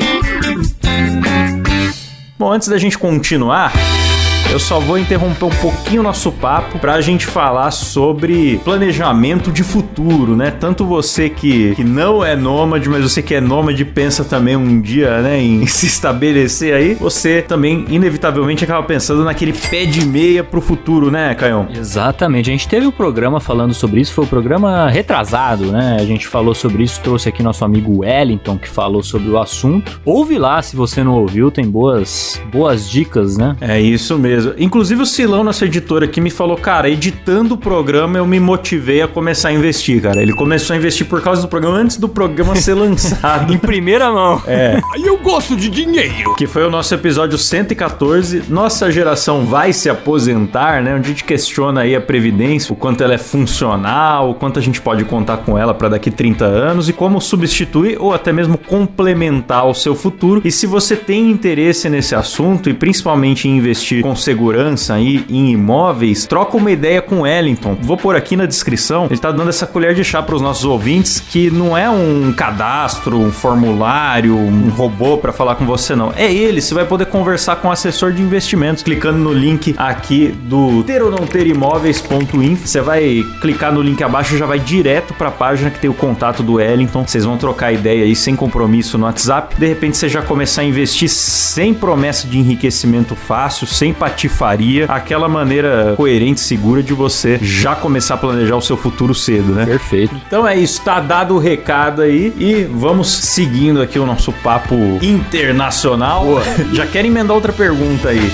Speaker 3: Bom, antes da gente continuar, eu só vou interromper um pouquinho o nosso papo pra gente falar sobre planejamento de futuro, né? Tanto você que, que não é nômade, mas você que é nômade pensa também um dia, né, em se estabelecer aí, você também inevitavelmente acaba pensando naquele pé de meia pro futuro, né, Caião?
Speaker 4: Exatamente. A gente teve um programa falando sobre isso, foi um programa retrasado, né? A gente falou sobre isso, trouxe aqui nosso amigo Wellington, que falou sobre o assunto. Ouve lá, se você não ouviu, tem boas, boas dicas, né?
Speaker 3: É isso mesmo. Inclusive o Silão, nossa editora aqui, me falou, cara, editando o programa eu me motivei a começar a investir, cara. Ele começou a investir por causa do programa, antes do programa ser lançado.
Speaker 4: Em primeira mão.
Speaker 3: É. Aí eu gosto de dinheiro. Que foi o nosso episódio cento e catorze. Nossa geração vai se aposentar, né? Onde a gente questiona aí a Previdência, o quanto ela é funcional, o quanto a gente pode contar com ela para daqui trinta anos e como substituir ou até mesmo complementar o seu futuro. E se você tem interesse nesse assunto e principalmente em investir com segurança aí em imóveis, troca uma ideia com o Wellington. Vou pôr aqui na descrição, ele tá dando essa colher de chá para os nossos ouvintes, que não é um cadastro, um formulário, um robô para falar com você, não. É ele, você vai poder conversar com o assessor de investimentos, clicando no link aqui do ter ou não ter imóveis ponto info. Você vai clicar no link abaixo e já vai direto para a página que tem o contato do Wellington. Vocês vão trocar ideia aí sem compromisso no WhatsApp. De repente você já começar a investir sem promessa de enriquecimento fácil, sem patifaria, aquela maneira coerente e segura de você já começar a planejar o seu futuro cedo, né?
Speaker 4: Perfeito.
Speaker 3: Então é isso, tá dado o recado aí e vamos seguindo aqui o nosso papo internacional. Boa. Já quero emendar outra pergunta aí.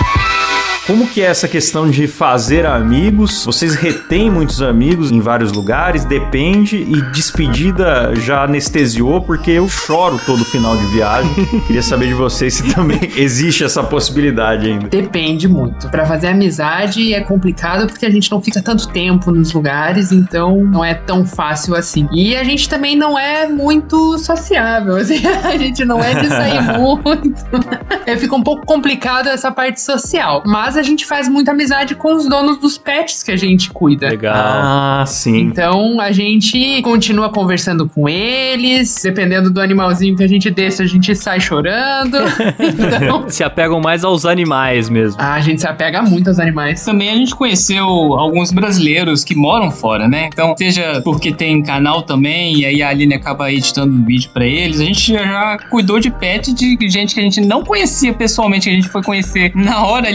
Speaker 3: Como que é essa questão de fazer amigos? Vocês retêm muitos amigos em vários lugares? Depende. E despedida já anestesiou, porque eu choro todo final de viagem. Queria saber de vocês se também existe essa possibilidade ainda.
Speaker 5: Depende muito. Pra fazer amizade é complicado porque a gente não fica tanto tempo nos lugares, então não é tão fácil assim. E a gente também não é muito sociável, assim. A gente não é de sair muito. É, fica um pouco complicado essa parte social. Mas a gente faz muita amizade com os donos dos pets que a gente cuida.
Speaker 4: Legal.
Speaker 3: Ah, sim.
Speaker 5: Então, a gente continua conversando com eles. Dependendo do animalzinho que a gente deixa, a gente sai chorando. Então...
Speaker 4: se apegam mais aos animais mesmo.
Speaker 5: Ah, a gente se apega muito aos animais.
Speaker 7: Também a gente conheceu alguns brasileiros que moram fora, né? Então, seja porque tem canal também, e aí a Aline acaba editando um vídeo pra eles, a gente já cuidou de pet de gente que a gente não conhecia pessoalmente, que a gente foi conhecer na hora ali que a gente chegou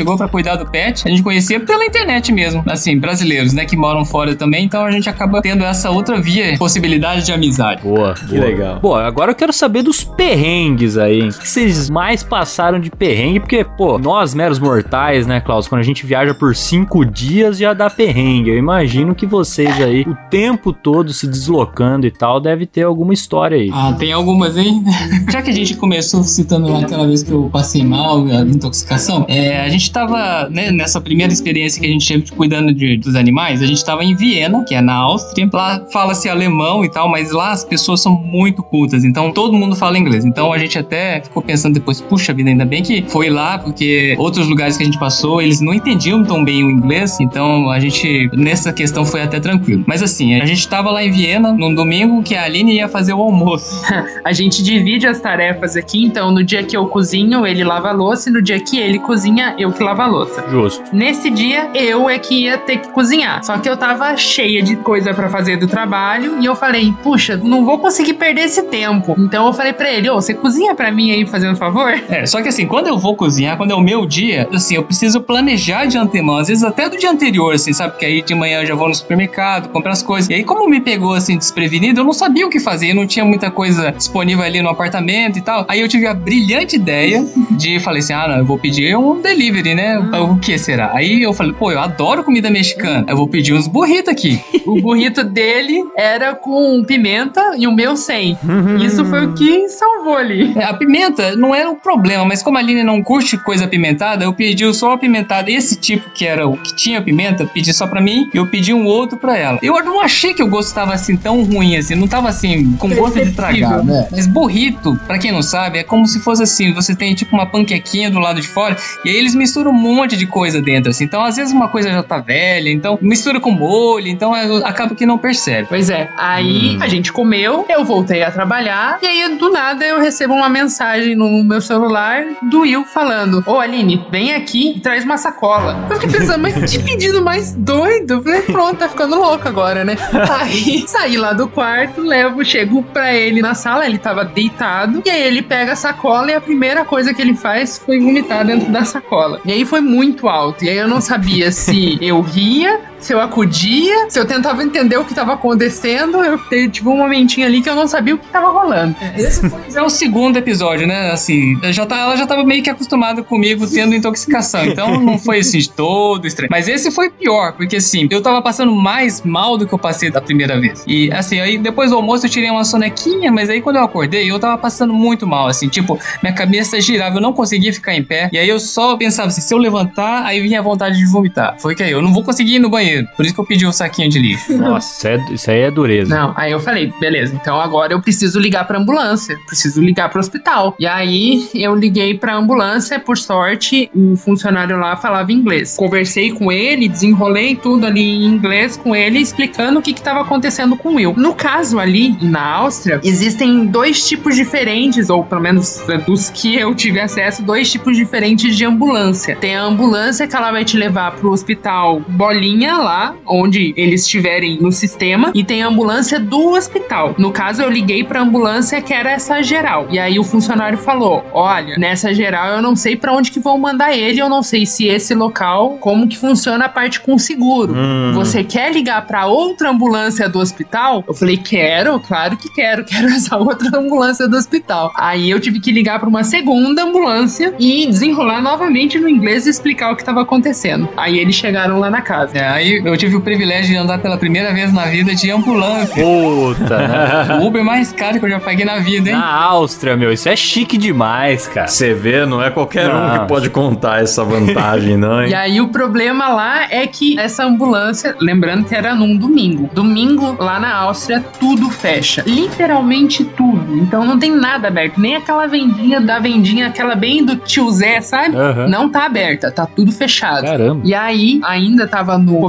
Speaker 7: chegou pra cuidar do pet, a gente conhecia pela internet mesmo, assim, brasileiros, né, que moram fora também, então a gente acaba tendo essa outra via, possibilidade de amizade.
Speaker 4: Boa, que
Speaker 3: Boa.
Speaker 4: legal. Pô, agora eu quero saber dos perrengues aí, hein? O que vocês mais passaram de perrengue? Porque, pô, nós meros mortais, né, Klaus, quando a gente viaja por cinco dias já dá perrengue. Eu imagino que vocês aí, o tempo todo se deslocando e tal, deve ter alguma história aí.
Speaker 7: Ah, tem algumas, hein? Já que a gente começou citando lá aquela vez que eu passei mal, a intoxicação, é, a gente tava, né, nessa primeira experiência que a gente teve cuidando de, dos animais, a gente tava em Viena, que é na Áustria. Lá fala-se alemão e tal, mas lá as pessoas são muito cultas, então todo mundo fala inglês. Então a gente até ficou pensando depois, puxa vida, ainda bem que foi lá, porque outros lugares que a gente passou, eles não entendiam tão bem o inglês, então a gente, nessa questão, foi até tranquilo. Mas assim, a gente tava lá em Viena, num domingo, que a Aline ia fazer o almoço.
Speaker 5: A gente divide as tarefas aqui, então no dia que eu cozinho, ele lava a louça, e no dia que ele cozinha, eu que lavo a louça.
Speaker 4: Justo.
Speaker 5: Nesse dia, eu é que ia ter que cozinhar. Só que eu tava cheia de coisa pra fazer do trabalho, e eu falei, puxa, não vou conseguir perder esse tempo. Então eu falei pra ele, ô, você cozinha pra mim aí, fazendo favor?
Speaker 7: É, só que assim, quando eu vou cozinhar, quando é o meu dia, assim, eu preciso planejar de antemão, às vezes até do dia anterior, assim, sabe? Porque aí de manhã eu já vou no supermercado, comprar as coisas. E aí, como me pegou, assim, desprevenido, eu não sabia o que fazer, eu não tinha muita coisa disponível ali no apartamento e tal. Aí eu tive a brilhante ideia de, falei assim, ah, não, eu vou pedir um delivery, né? O que será? Aí eu falei, pô, eu adoro comida mexicana, eu vou pedir uns burritos aqui.
Speaker 5: O burrito dele era com pimenta e o meu sem. Isso foi o que salvou ali.
Speaker 7: É, a pimenta não era o problema, mas como a Aline não curte coisa apimentada, eu pedi só apimentada. Esse tipo que era o que tinha pimenta, pedi só pra mim e eu pedi um outro pra ela. Eu não achei que o gosto tava assim tão ruim assim, não tava assim com gosto de tragar, né? Mas burrito, pra quem não sabe, é como se fosse assim, você tem tipo uma panquequinha do lado de fora e aí eles misturam um monte de coisa dentro assim. Então às vezes uma coisa já tá velha, então mistura com molho, então é, acaba que não percebe.
Speaker 5: Pois é, aí hum. a gente comeu, eu voltei a trabalhar e aí do nada eu recebo uma mensagem no meu celular do Will falando, ô Aline, vem aqui e traz uma sacola. Eu fiquei pensando, mas que pedido mais doido. Eu falei, pronto, tá ficando louco agora, né? Aí saí lá do quarto, levo, chego pra ele na sala, ele tava deitado, e aí ele pega a sacola e a primeira coisa que ele faz foi vomitar dentro da sacola. E aí foi muito alto, e aí eu não sabia se eu ria, se eu acudia, se eu tentava entender o que tava acontecendo. Eu tive um momentinho ali que eu não sabia o que tava rolando.
Speaker 7: Esse foi é o segundo episódio, né? Assim, já tá, ela já tava meio que acostumada comigo tendo intoxicação, então não foi assim de todo estranho. Mas esse foi pior, porque assim, eu tava passando mais mal do que eu passei da primeira vez. E assim, aí depois do almoço eu tirei uma sonequinha, mas aí quando eu acordei, eu tava passando muito mal, assim, tipo, minha cabeça girava, eu não conseguia ficar em pé, e aí eu só pensava assim, se eu levantar, aí vinha a vontade de vomitar. Foi que aí, eu não vou conseguir ir no banheiro. Por isso que eu pedi um saquinho de lixo.
Speaker 4: Nossa, isso, é, isso aí é dureza.
Speaker 5: Não, aí eu falei, beleza, então agora eu preciso ligar pra ambulância, preciso ligar pro hospital. E aí eu liguei pra ambulância, por sorte, o funcionário lá falava inglês. Conversei com ele, desenrolei tudo ali em inglês com ele, explicando o que que tava acontecendo com o Will. No caso ali, na Áustria, existem dois tipos diferentes, ou pelo menos dos que eu tive acesso, dois tipos diferentes de ambulância. Tem a ambulância que ela vai te levar pro hospital bolinha, lá onde eles estiverem no sistema, e tem a ambulância do hospital. No caso, eu liguei pra ambulância que era essa geral. E aí o funcionário falou, olha, nessa geral eu não sei pra onde que vão mandar ele, eu não sei se esse local, como que funciona a parte com seguro. Hum. Você quer ligar pra outra ambulância do hospital? Eu falei, quero, claro que quero, quero essa outra ambulância do hospital. Aí eu tive que ligar pra uma segunda ambulância e desenrolar novamente no inglês e explicar o que tava acontecendo. Aí eles chegaram lá na casa.
Speaker 7: É, aí eu tive o privilégio de andar pela primeira vez na vida de ambulância.
Speaker 4: Puta, né?
Speaker 7: O Uber mais caro que eu já paguei na vida, hein?
Speaker 4: Na Áustria, meu, isso é chique demais, cara.
Speaker 3: Você vê, não é qualquer
Speaker 4: Não.
Speaker 3: um que pode contar essa vantagem, não, hein?
Speaker 5: E aí o problema lá é que essa ambulância, lembrando que era num domingo. Domingo, lá na Áustria, tudo fecha. Literalmente tudo. Então não tem nada aberto. Nem aquela vendinha da vendinha, aquela bem do tio Zé, sabe?
Speaker 4: Uhum.
Speaker 5: Não tá aberta, tá tudo fechado.
Speaker 4: Caramba.
Speaker 5: E aí, ainda tava no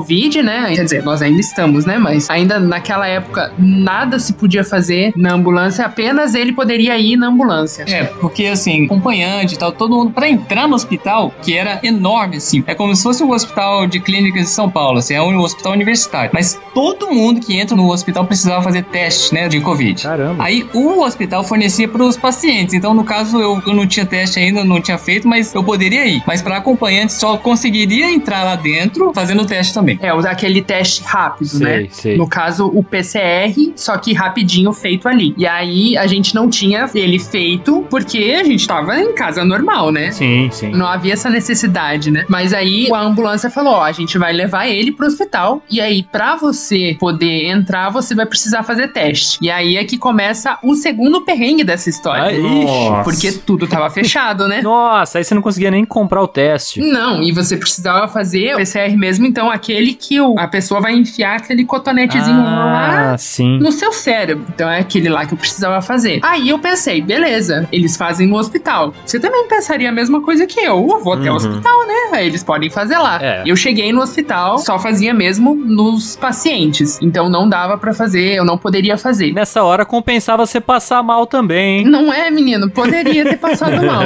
Speaker 5: Covid, né? Quer dizer, nós ainda estamos, né? Mas ainda naquela época nada se podia fazer na ambulância, apenas ele poderia ir na ambulância.
Speaker 7: É, porque assim, acompanhante e tal, todo mundo, pra entrar no hospital, que era enorme, assim, é como se fosse o hospital de clínicas de São Paulo, assim, é um hospital universitário, mas todo mundo que entra no hospital precisava fazer teste, né, de Covid.
Speaker 4: Caramba.
Speaker 7: Aí o hospital fornecia pros pacientes, então no caso eu, eu não tinha teste ainda, não tinha feito, mas eu poderia ir, mas pra acompanhante só conseguiria entrar lá dentro fazendo o teste também.
Speaker 5: É, aquele teste rápido,
Speaker 4: Sei,
Speaker 5: né?
Speaker 4: sei.
Speaker 5: No caso, o P C R, só que rapidinho feito ali. E aí, a gente não tinha ele feito, porque a gente tava em casa normal, né?
Speaker 4: Sim, sim.
Speaker 5: Não havia essa necessidade, né? Mas aí, a ambulância falou, ó, a gente vai levar ele pro hospital, e aí, pra você poder entrar, você vai precisar fazer teste. E aí é que começa o segundo perrengue dessa história.
Speaker 4: Ai,
Speaker 3: Nossa.
Speaker 5: Porque tudo tava fechado, né?
Speaker 4: Nossa, aí você não conseguia nem comprar o teste.
Speaker 5: Não, e você precisava fazer o P C R mesmo, então aquele que o, a pessoa vai enfiar aquele cotonetezinho lá
Speaker 4: Ah, sim.
Speaker 5: no seu cérebro. Então é aquele lá que eu precisava fazer. Aí eu pensei, beleza, eles fazem no hospital. Você também pensaria a mesma coisa que eu. Eu vou até o
Speaker 3: Uhum.
Speaker 5: hospital, né? Aí eles podem fazer lá.
Speaker 4: É.
Speaker 5: Eu cheguei no hospital, só fazia mesmo nos pacientes. Então não dava pra fazer, eu não poderia fazer.
Speaker 4: Nessa hora compensava você passar mal também, hein?
Speaker 5: Não é, menino? Poderia ter passado mal.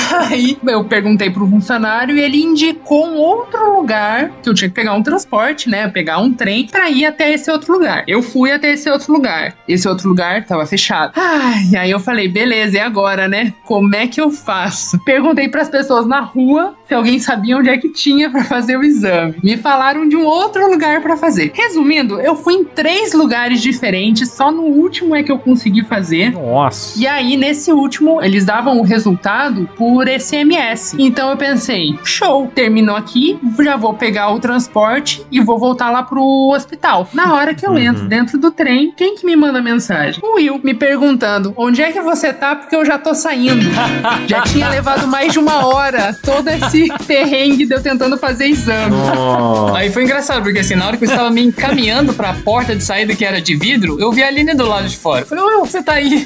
Speaker 5: Aí eu perguntei pro funcionário e ele indicou um outro lugar que eu tinha que pegar um transporte, né? Pegar um trem pra ir até esse outro lugar. Eu fui até esse outro lugar. Esse outro lugar tava fechado. Ai, aí eu falei, beleza, e agora, né? Como é que eu faço? Perguntei pras pessoas na rua se alguém sabia onde é que tinha pra fazer o exame. Me falaram de um outro lugar pra fazer. Resumindo, eu fui em três lugares diferentes, só no último é que eu consegui fazer.
Speaker 4: Nossa.
Speaker 5: E aí, nesse último, eles davam o resultado por S M S. Então eu pensei, show, terminou aqui, já vou pegar o transporte e vou voltar lá pro hospital. Na hora que eu entro dentro do trem, quem que me manda mensagem? O Will, me perguntando, onde é que você tá? Porque eu já tô saindo. Já tinha levado mais de uma hora todo esse perrengue de eu tentando fazer exame.
Speaker 3: Nossa.
Speaker 7: Aí foi engraçado, porque assim, na hora que eu estava me encaminhando pra porta de saída que era de vidro, eu vi a Aline do lado de fora. Eu falei, ô, você tá aí.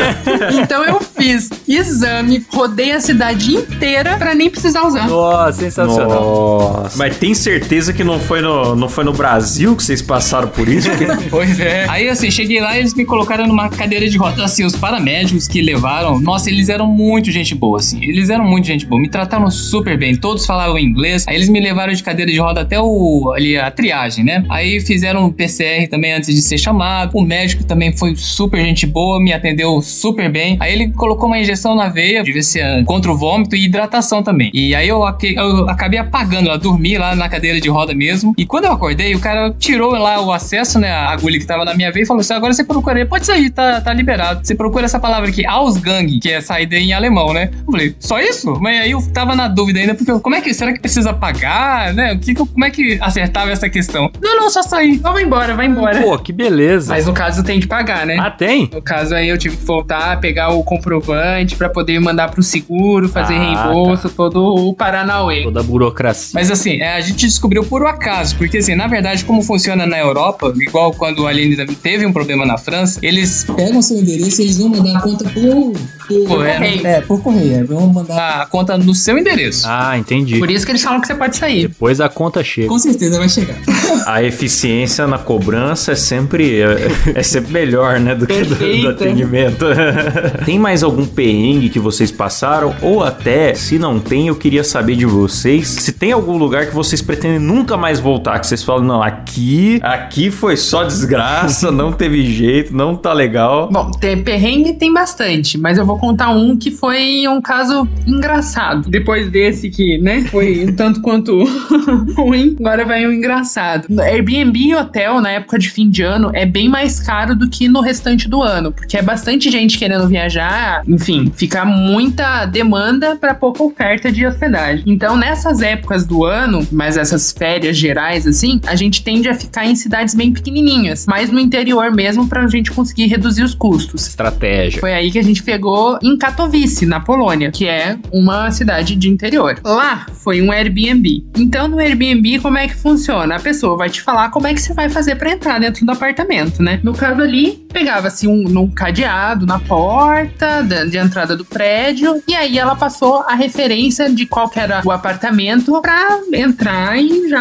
Speaker 5: Então eu fiz exame, rodei a cidade inteira pra nem precisar usar.
Speaker 4: Nossa, sensacional.
Speaker 3: Nossa. Mas tem certeza que não foi no, não foi no Brasil que vocês passaram por isso? Porque...
Speaker 7: Pois é. Aí assim, cheguei lá e eles me colocaram numa cadeira de roda. Assim, os paramédicos que levaram, nossa, eles eram muito gente boa, assim. Eles eram muito gente boa. Me trataram super bem. Todos falavam inglês. Aí eles me levaram de cadeira de roda até o, ali, a triagem, né? Aí fizeram um P C R também antes de ser chamado. O médico também foi super gente boa, me atendeu super bem. Aí ele colocou uma injeção na veia, devia ser contra o vômito e hidratação também. E aí eu, eu acabei apagando lá, dormi lá na cadeira de roda mesmo. E quando eu acordei, o cara tirou lá o acesso, né? A agulha que tava na minha veia e falou assim: agora você procura, pode sair, tá, tá liberado. Você procura essa palavra aqui, Ausgang, que é saída em alemão, né? Eu falei, só isso? Mas aí eu tava na dúvida ainda, porque como é que, será que precisa pagar, né? O que, como é que acertava essa questão? Não, não, só sair. Então vai embora, vai embora.
Speaker 4: Pô, que beleza.
Speaker 5: Mas no caso tem que pagar, né?
Speaker 4: Ah, tem?
Speaker 5: No caso aí eu tive que voltar, pegar o comprovante pra poder mandar pro seguro, fazer
Speaker 4: Ah,
Speaker 5: reembolso,
Speaker 4: tá.
Speaker 5: todo o Paranauê.
Speaker 4: Toda a burocracia.
Speaker 7: Mas assim, é, a gente descobriu por um acaso, porque assim, na verdade, como funciona na Europa, igual quando a Aline teve um problema na França, eles
Speaker 6: Pegam seu endereço e eles vão mandar a conta por... por
Speaker 7: correio,
Speaker 6: é, por correio. É, vão mandar...
Speaker 7: a conta no seu endereço.
Speaker 4: Ah, entendi.
Speaker 5: Por isso que eles falam que você pode sair.
Speaker 4: Depois a conta chega.
Speaker 6: Com certeza vai chegar.
Speaker 3: A eficiência na cobrança é sempre, é, é sempre melhor, né, do que do, do
Speaker 5: Perfeita.
Speaker 3: atendimento. Tem mais algum perrengue que vocês passaram? Ou até, se não tem, eu queria saber de vocês, se tem algum lugar que vocês pretendem nunca mais voltar, que vocês falam, não, aqui, aqui foi só desgraça, não teve jeito, não tá legal.
Speaker 5: Bom, tem perrengue tem bastante, mas eu vou contar um que foi um caso engraçado. Depois desse que, né, foi um tanto quanto ruim, agora vai um engraçado. Airbnb e hotel na época de fim de ano é bem mais caro do que no restante do ano, porque é bastante gente querendo viajar, enfim, fica muita demanda para pouca oferta de hospedagem. Então, nessas épocas do ano, mas essas férias gerais assim, a gente tende a ficar em cidades bem pequenininhas, mais no interior mesmo, pra gente conseguir reduzir os custos.
Speaker 4: Estratégia.
Speaker 5: Foi aí que a gente pegou em Katowice, na Polônia, que é uma cidade de interior. Lá foi um Airbnb. Então, no Airbnb, como é que funciona? A pessoa vai te falar como é que você vai fazer pra entrar dentro do apartamento, né? No caso ali, pegava-se um, um cadeado na porta de, de entrada do prédio, e aí ela passou a referência de qual que era o apartamento pra entrar e já poder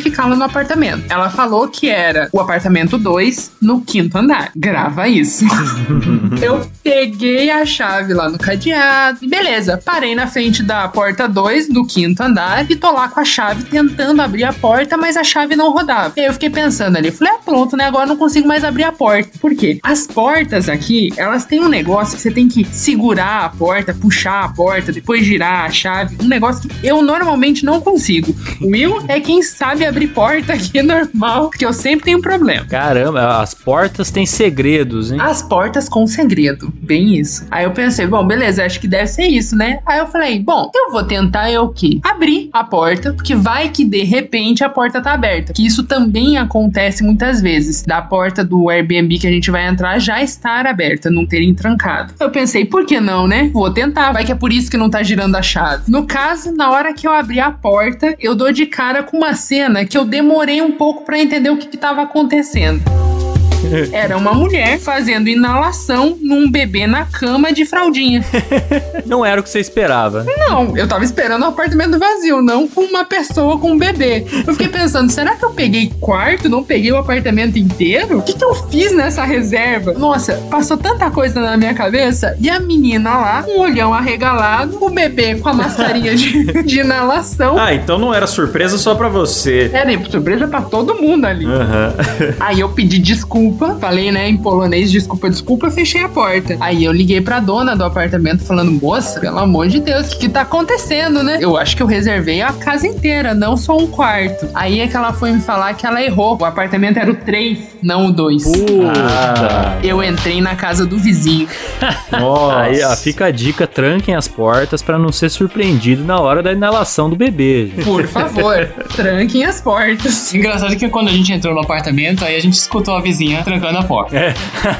Speaker 5: ficar lá no apartamento. Ela falou que era o apartamento dois no quinto andar. Grava isso. Eu peguei a chave lá no cadeado e beleza, parei na frente da porta dois do quinto andar e tô lá com a chave tentando abrir a porta, mas a chave não rodava. E aí eu fiquei pensando ali, falei, ah, pronto, né? Agora eu não consigo mais abrir a porta. Por quê? As portas aqui, elas têm um negócio que você tem que segurar a porta, puxar a porta, depois girar a chave. Um negócio que eu normalmente não consigo. O Will é quem sabe abrir porta aqui normal, porque eu sempre tenho problema.
Speaker 4: Caramba, as portas têm segredos, hein?
Speaker 5: As portas com segredo, bem isso. Aí eu pensei, bom, beleza, acho que deve ser isso, né? Aí eu falei, bom, eu vou tentar é o quê? Abrir a porta, porque vai que de repente a porta tá aberta. Que isso também acontece muitas vezes. Da porta do Airbnb que a gente vai entrar já estar aberta, não terem trancado. Eu pensei, por que não, né? Vou tentar, vai que é por isso que não tá girando a chave. No caso, na hora que eu abri a porta, eu dou de cara com uma cena que eu demorei um pouco pra entender o que que tava acontecendo. Era uma mulher fazendo inalação num bebê na cama de fraldinha.
Speaker 4: Não era o que você esperava.
Speaker 5: Não, eu tava esperando um apartamento vazio, não com uma pessoa com um bebê. Eu fiquei pensando, será que eu peguei quarto, não peguei o apartamento inteiro? O que que eu fiz nessa reserva? Nossa, passou tanta coisa na minha cabeça. E a menina lá, um olhão arregalado, o bebê com a mascarinha de, de inalação.
Speaker 3: Ah, então não era surpresa só pra você.
Speaker 5: Era surpresa pra todo mundo ali.
Speaker 3: Uhum.
Speaker 5: Aí eu pedi desculpa. Falei, né, em polonês, desculpa, desculpa, fechei a porta. Aí eu liguei pra dona do apartamento falando, moça, pelo amor de Deus, o que que tá acontecendo, né? Eu acho que eu reservei a casa inteira, não só um quarto. Aí é que ela foi me falar que ela errou. O apartamento era o três, não o dois.
Speaker 4: Puta.
Speaker 5: Eu entrei na casa do vizinho.
Speaker 3: Nossa.
Speaker 4: Aí, ó, fica a dica, tranquem as portas pra não ser surpreendido na hora da inalação do bebê, gente.
Speaker 5: Por favor, tranquem as portas.
Speaker 7: Engraçado que quando a gente entrou no apartamento, aí a gente escutou a vizinha trancando a porta.
Speaker 4: É.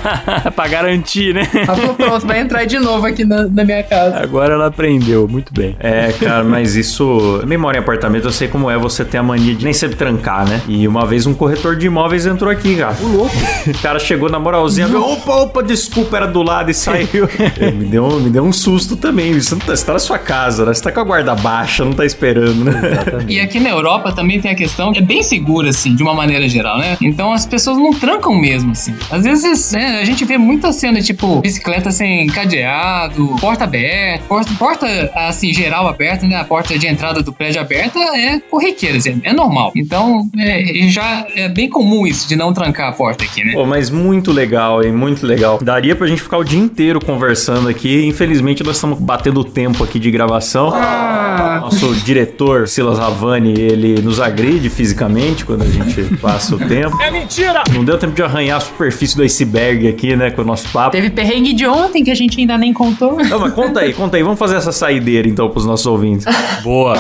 Speaker 4: Pra garantir, né?
Speaker 5: Ela falou, pronto, vai entrar de novo aqui na, na minha casa.
Speaker 4: Agora ela aprendeu, muito bem.
Speaker 3: É, cara, mas isso... Eu nem moro em apartamento, eu sei como é você ter a mania de nem sempre trancar, né? E uma vez um corretor de imóveis entrou aqui, cara. O louco. O cara chegou na moralzinha, viu, opa, opa, desculpa, era do lado e saiu. me, deu, me deu um susto também. Você, não tá, você tá na sua casa, né? Você tá com a guarda baixa, não tá esperando, né?
Speaker 7: E aqui na Europa também tem a questão, é bem segura, assim, de uma maneira geral, né? Então as pessoas não trancam mesmo, assim. Às vezes, né, a gente vê muita cena, tipo, bicicleta sem cadeado, porta aberta, porta, porta, assim, geral aberta, né? A porta de entrada do prédio aberta é corriqueira, assim, é normal. Então, é, já é bem comum isso, de não trancar a porta aqui, né?
Speaker 3: Pô, mas muito legal, hein? Muito legal. Daria pra gente ficar o dia inteiro conversando aqui. Infelizmente, nós estamos batendo o tempo aqui de gravação.
Speaker 5: Ah.
Speaker 3: Nosso diretor, Silas Havani, ele nos agride fisicamente quando a gente passa o tempo.
Speaker 4: É mentira!
Speaker 3: Não deu tempo de arranhar a superfície do iceberg aqui, né, com o nosso papo.
Speaker 5: Teve perrengue de ontem que a gente ainda nem contou.
Speaker 3: Não, mas conta aí, conta aí. Vamos fazer essa saideira, então, pros nossos ouvintes.
Speaker 4: Boa.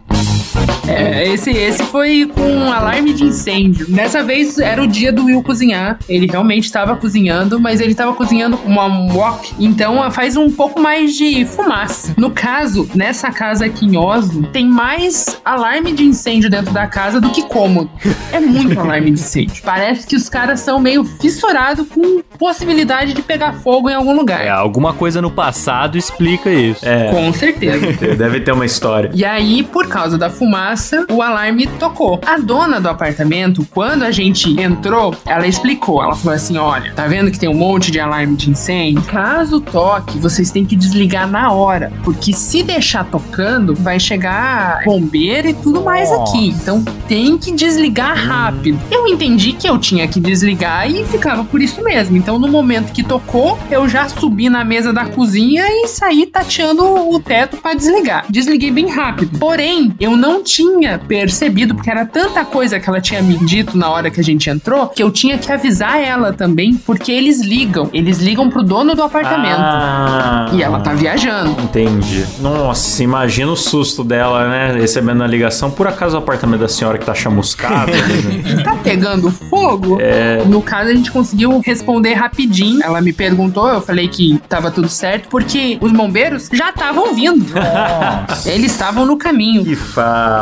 Speaker 5: É, esse, esse foi com um alarme de incêndio. Dessa vez era o dia do Will cozinhar. Ele realmente estava cozinhando, mas ele estava cozinhando uma wok. Então faz um pouco mais de fumaça. No caso, nessa casa aqui em Oslo, tem mais alarme de incêndio dentro da casa do que cômodo. É muito alarme de incêndio. Parece que os caras são meio fissurados com possibilidade de pegar fogo em algum lugar.
Speaker 4: É, alguma coisa no passado explica isso.
Speaker 3: É,
Speaker 5: com certeza.
Speaker 3: Deve ter, deve ter uma história.
Speaker 5: E aí, por causa da fumaça, o alarme tocou. A dona do apartamento, quando a gente entrou, ela explicou. Ela falou assim, olha, tá vendo que tem um monte de alarme de incêndio? Caso toque, vocês têm que desligar na hora, porque se deixar tocando, vai chegar bombeiro e tudo mais aqui. Então tem que desligar rápido. Eu entendi que eu tinha que desligar e ficava por isso mesmo. Então no momento que tocou, eu já subi na mesa da cozinha e saí tateando o teto pra desligar. Desliguei bem rápido. Porém, eu não tinha percebido, porque era tanta coisa que ela tinha me dito na hora que a gente entrou, que eu tinha que avisar ela também, porque eles ligam. Eles ligam pro dono do apartamento.
Speaker 3: Ah,
Speaker 5: e ela tá viajando.
Speaker 3: Entendi. Nossa, imagina o susto dela, né? Recebendo a ligação. Por acaso o apartamento da senhora que tá chamuscado? Né?
Speaker 5: Tá pegando fogo?
Speaker 3: É...
Speaker 5: No caso, a gente conseguiu responder rapidinho. Ela me perguntou, eu falei que tava tudo certo, porque os bombeiros já estavam vindo. Eles estavam no caminho.
Speaker 3: Que fala.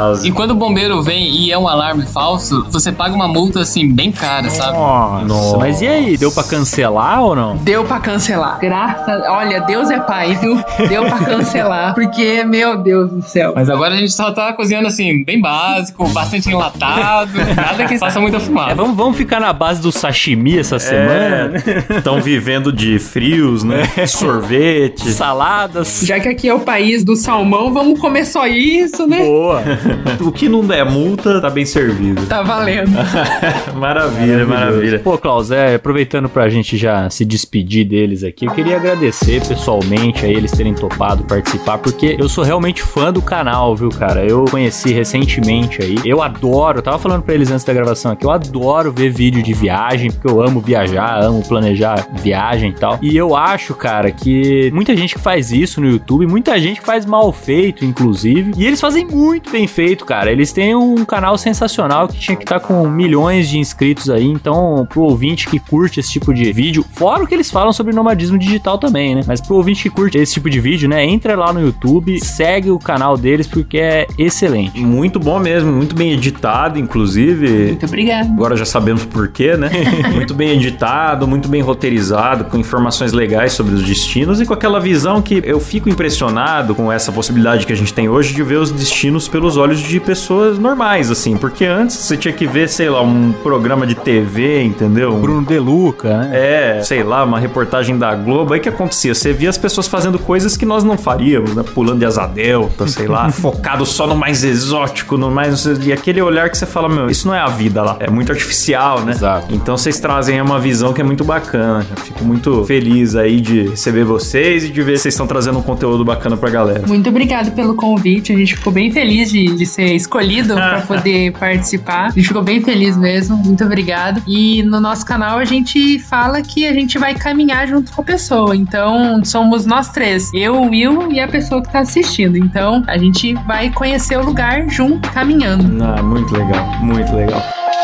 Speaker 3: base.
Speaker 7: E quando o bombeiro vem e é um alarme falso, você paga uma multa, assim, bem cara, sabe?
Speaker 4: Nossa,
Speaker 3: Nossa.
Speaker 4: Mas e aí, deu pra cancelar ou não?
Speaker 5: Deu pra cancelar. Graças... Olha, Deus é pai, viu? Deu pra cancelar. Porque, meu Deus do céu.
Speaker 7: Mas agora a gente só tá cozinhando, assim, bem básico, bastante enlatado, nada que faça muita fumaça.
Speaker 4: É, vamos, vamos ficar na base do sashimi essa semana?
Speaker 3: Estão vivendo de frios, né? Sorvete.
Speaker 4: Saladas.
Speaker 5: Já que aqui é o país do salmão, vamos comer só isso, né?
Speaker 4: Boa.
Speaker 3: O que não der multa, tá bem servido.
Speaker 5: Tá valendo.
Speaker 3: Maravilha, maravilha.
Speaker 4: Pô, Klaus, é, aproveitando pra gente já se despedir deles aqui, eu queria agradecer pessoalmente a eles terem topado participar, porque eu sou realmente fã do canal, viu, cara? Eu conheci recentemente aí, eu adoro, eu tava falando pra eles antes da gravação aqui, eu adoro ver vídeo de viagem, porque eu amo viajar, amo planejar viagem e tal, e eu acho, cara, que muita gente que faz isso no YouTube, muita gente que faz mal feito, inclusive, e eles fazem muito bem feito, cara. Eles têm um canal sensacional que tinha que estar com milhões de inscritos aí, então pro ouvinte que curte esse tipo de vídeo, fora o que eles falam sobre nomadismo digital também, né? Mas pro ouvinte que curte esse tipo de vídeo, né? Entra lá no YouTube, segue o canal deles porque é excelente.
Speaker 3: Muito bom mesmo, muito bem editado, inclusive.
Speaker 5: Muito obrigada.
Speaker 3: Agora já sabemos por quê, né? Muito bem editado, muito bem roteirizado, com informações legais sobre os destinos e com aquela visão que eu fico impressionado com essa possibilidade que a gente tem hoje de ver os destinos pelos olhos de pessoas normais, assim, porque antes você tinha que ver, sei lá, um programa de T V, entendeu?
Speaker 4: Bruno De Luca, né?
Speaker 3: É, sei lá, uma reportagem da Globo, aí que acontecia? Você via as pessoas fazendo coisas que nós não faríamos, né? Pulando de asa delta, sei lá, focado só no mais exótico, no mais... E aquele olhar que você fala, meu, isso não é a vida lá, é muito artificial, né?
Speaker 4: Exato.
Speaker 3: Então vocês trazem uma visão que é muito bacana. Eu fico muito feliz aí de receber vocês e de ver que vocês estão trazendo um conteúdo bacana pra galera.
Speaker 5: Muito obrigado pelo convite. A gente ficou bem feliz de, de ser escolhido pra poder participar. A gente ficou bem feliz mesmo. Muito obrigado. E no nosso canal a gente fala que a gente vai caminhar junto com a pessoa. Então, somos nós três. Eu, o Will e a pessoa que tá assistindo. Então, a gente vai conhecer o lugar junto, caminhando.
Speaker 3: Ah, muito legal, muito legal.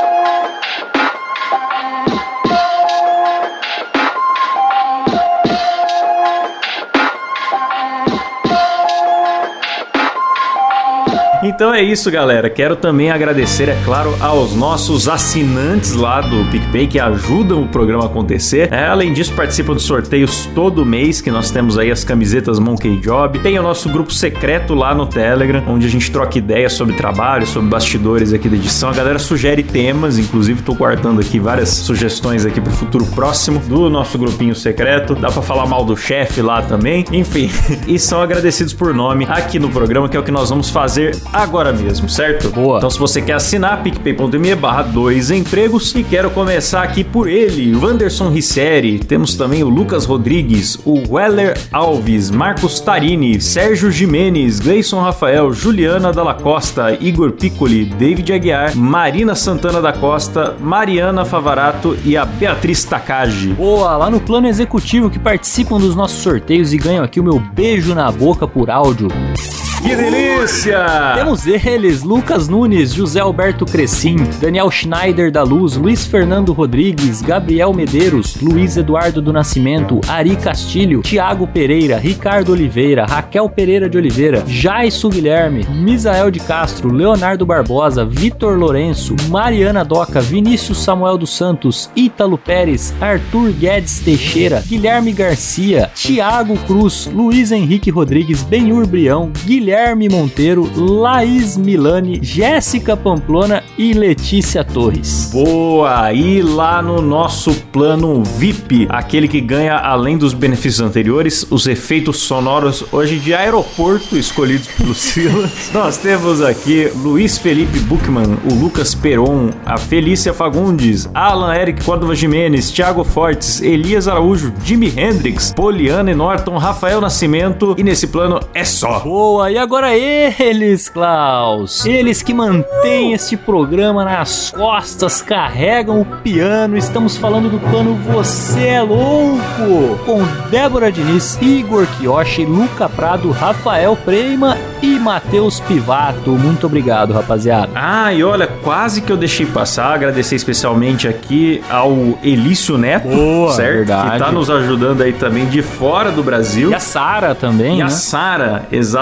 Speaker 3: Então é isso, galera. Quero também agradecer, é claro, aos nossos assinantes lá do PicPay que ajudam o programa a acontecer. É, além disso, participam dos sorteios todo mês, que nós temos aí as camisetas Monkey Job. Tem o nosso grupo secreto lá no Telegram, onde a gente troca ideias sobre trabalho, sobre bastidores aqui da edição. A galera sugere temas, inclusive tô guardando aqui várias sugestões aqui pro futuro próximo do nosso grupinho secreto. Dá pra falar mal do chefe lá também. Enfim, e são agradecidos por nome aqui no programa, que é o que nós vamos fazer agora mesmo, certo?
Speaker 4: Boa.
Speaker 3: Então se você quer assinar, picpay.me barra dois empregos. E quero começar aqui por ele, Wanderson Risseri. Temos também o Lucas Rodrigues, o Weller Alves, Marcos Tarini, Sérgio Jimenez, Gleison Rafael, Juliana Dalla Costa, Igor Piccoli, David Aguiar, Marina Santana da Costa, Mariana Favarato e a Beatriz Takagi.
Speaker 4: Boa, lá no plano executivo que participam dos nossos sorteios e ganham aqui o meu beijo na boca por áudio.
Speaker 3: Que delícia!
Speaker 4: Temos eles, Lucas Nunes, José Alberto Crescim, Daniel Schneider da Luz, Luiz Fernando Rodrigues, Gabriel Medeiros, Luiz Eduardo do Nascimento, Ari Castilho, Tiago Pereira, Ricardo Oliveira, Raquel Pereira de Oliveira, Jaisso Guilherme, Misael de Castro, Leonardo Barbosa, Vitor Lourenço, Mariana Doca, Vinícius Samuel dos Santos, Ítalo Pérez, Arthur Guedes Teixeira, Guilherme Garcia, Tiago Cruz, Luiz Henrique Rodrigues, Benhur Brião, Guilherme Guilherme Monteiro, Laís Milani, Jéssica Pamplona e Letícia Torres.
Speaker 3: Boa! E lá no nosso plano V I P, aquele que ganha, além dos benefícios anteriores, os efeitos sonoros hoje de aeroporto escolhidos pelo Silas. Nós temos aqui Luiz Felipe Buchmann, o Lucas Peron, a Felícia Fagundes, Alan Eric Córdova Jimenez, Thiago Fortes, Elias Araújo, Jimi Hendrix, Poliana e Norton, Rafael Nascimento, e nesse plano é só.
Speaker 4: Boa! E agora eles, Klaus, eles que mantêm este programa nas costas, carregam o piano. Estamos falando do plano Você é Louco, com Débora Diniz, Igor Kiyoshi, Luca Prado, Rafael Preima e Matheus Pivato. Muito obrigado, rapaziada.
Speaker 3: Ah, e olha, quase que eu deixei passar. Agradecer especialmente aqui ao Elício Neto,
Speaker 4: Boa,
Speaker 3: certo?
Speaker 4: Verdade.
Speaker 3: Que tá nos ajudando aí também de fora do Brasil.
Speaker 4: E a Sara também,
Speaker 3: E
Speaker 4: né?
Speaker 3: a Sara, exatamente.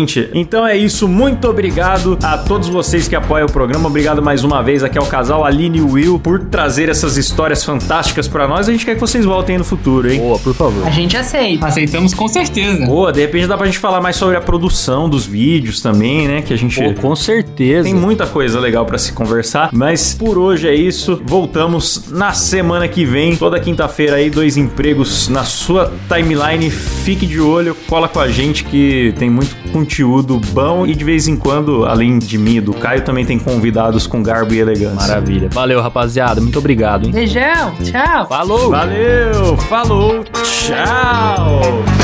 Speaker 3: Exatamente. Então é isso. Muito obrigado a todos vocês que apoiam o programa. Obrigado mais uma vez aqui ao casal Aline e Will por trazer essas histórias fantásticas pra nós. A gente quer que vocês voltem no futuro, hein?
Speaker 4: Boa, por favor.
Speaker 5: A gente aceita.
Speaker 7: Aceitamos com certeza.
Speaker 3: Boa, de repente dá pra gente falar mais sobre a produção dos vídeos também, né? Que a gente...
Speaker 4: Pô, com certeza.
Speaker 3: Tem muita coisa legal pra se conversar, mas por hoje é isso. Voltamos na semana que vem, toda quinta-feira aí, dois empregos na sua timeline. Fique de olho, cola com a gente que tem muito conteúdo bom e de vez em quando, além de mim e do Caio, também tem convidados com garbo e elegância.
Speaker 4: Maravilha. Valeu, rapaziada. Muito obrigado, hein?
Speaker 5: Beijão, tchau.
Speaker 4: Falou!
Speaker 3: Valeu, falou, tchau!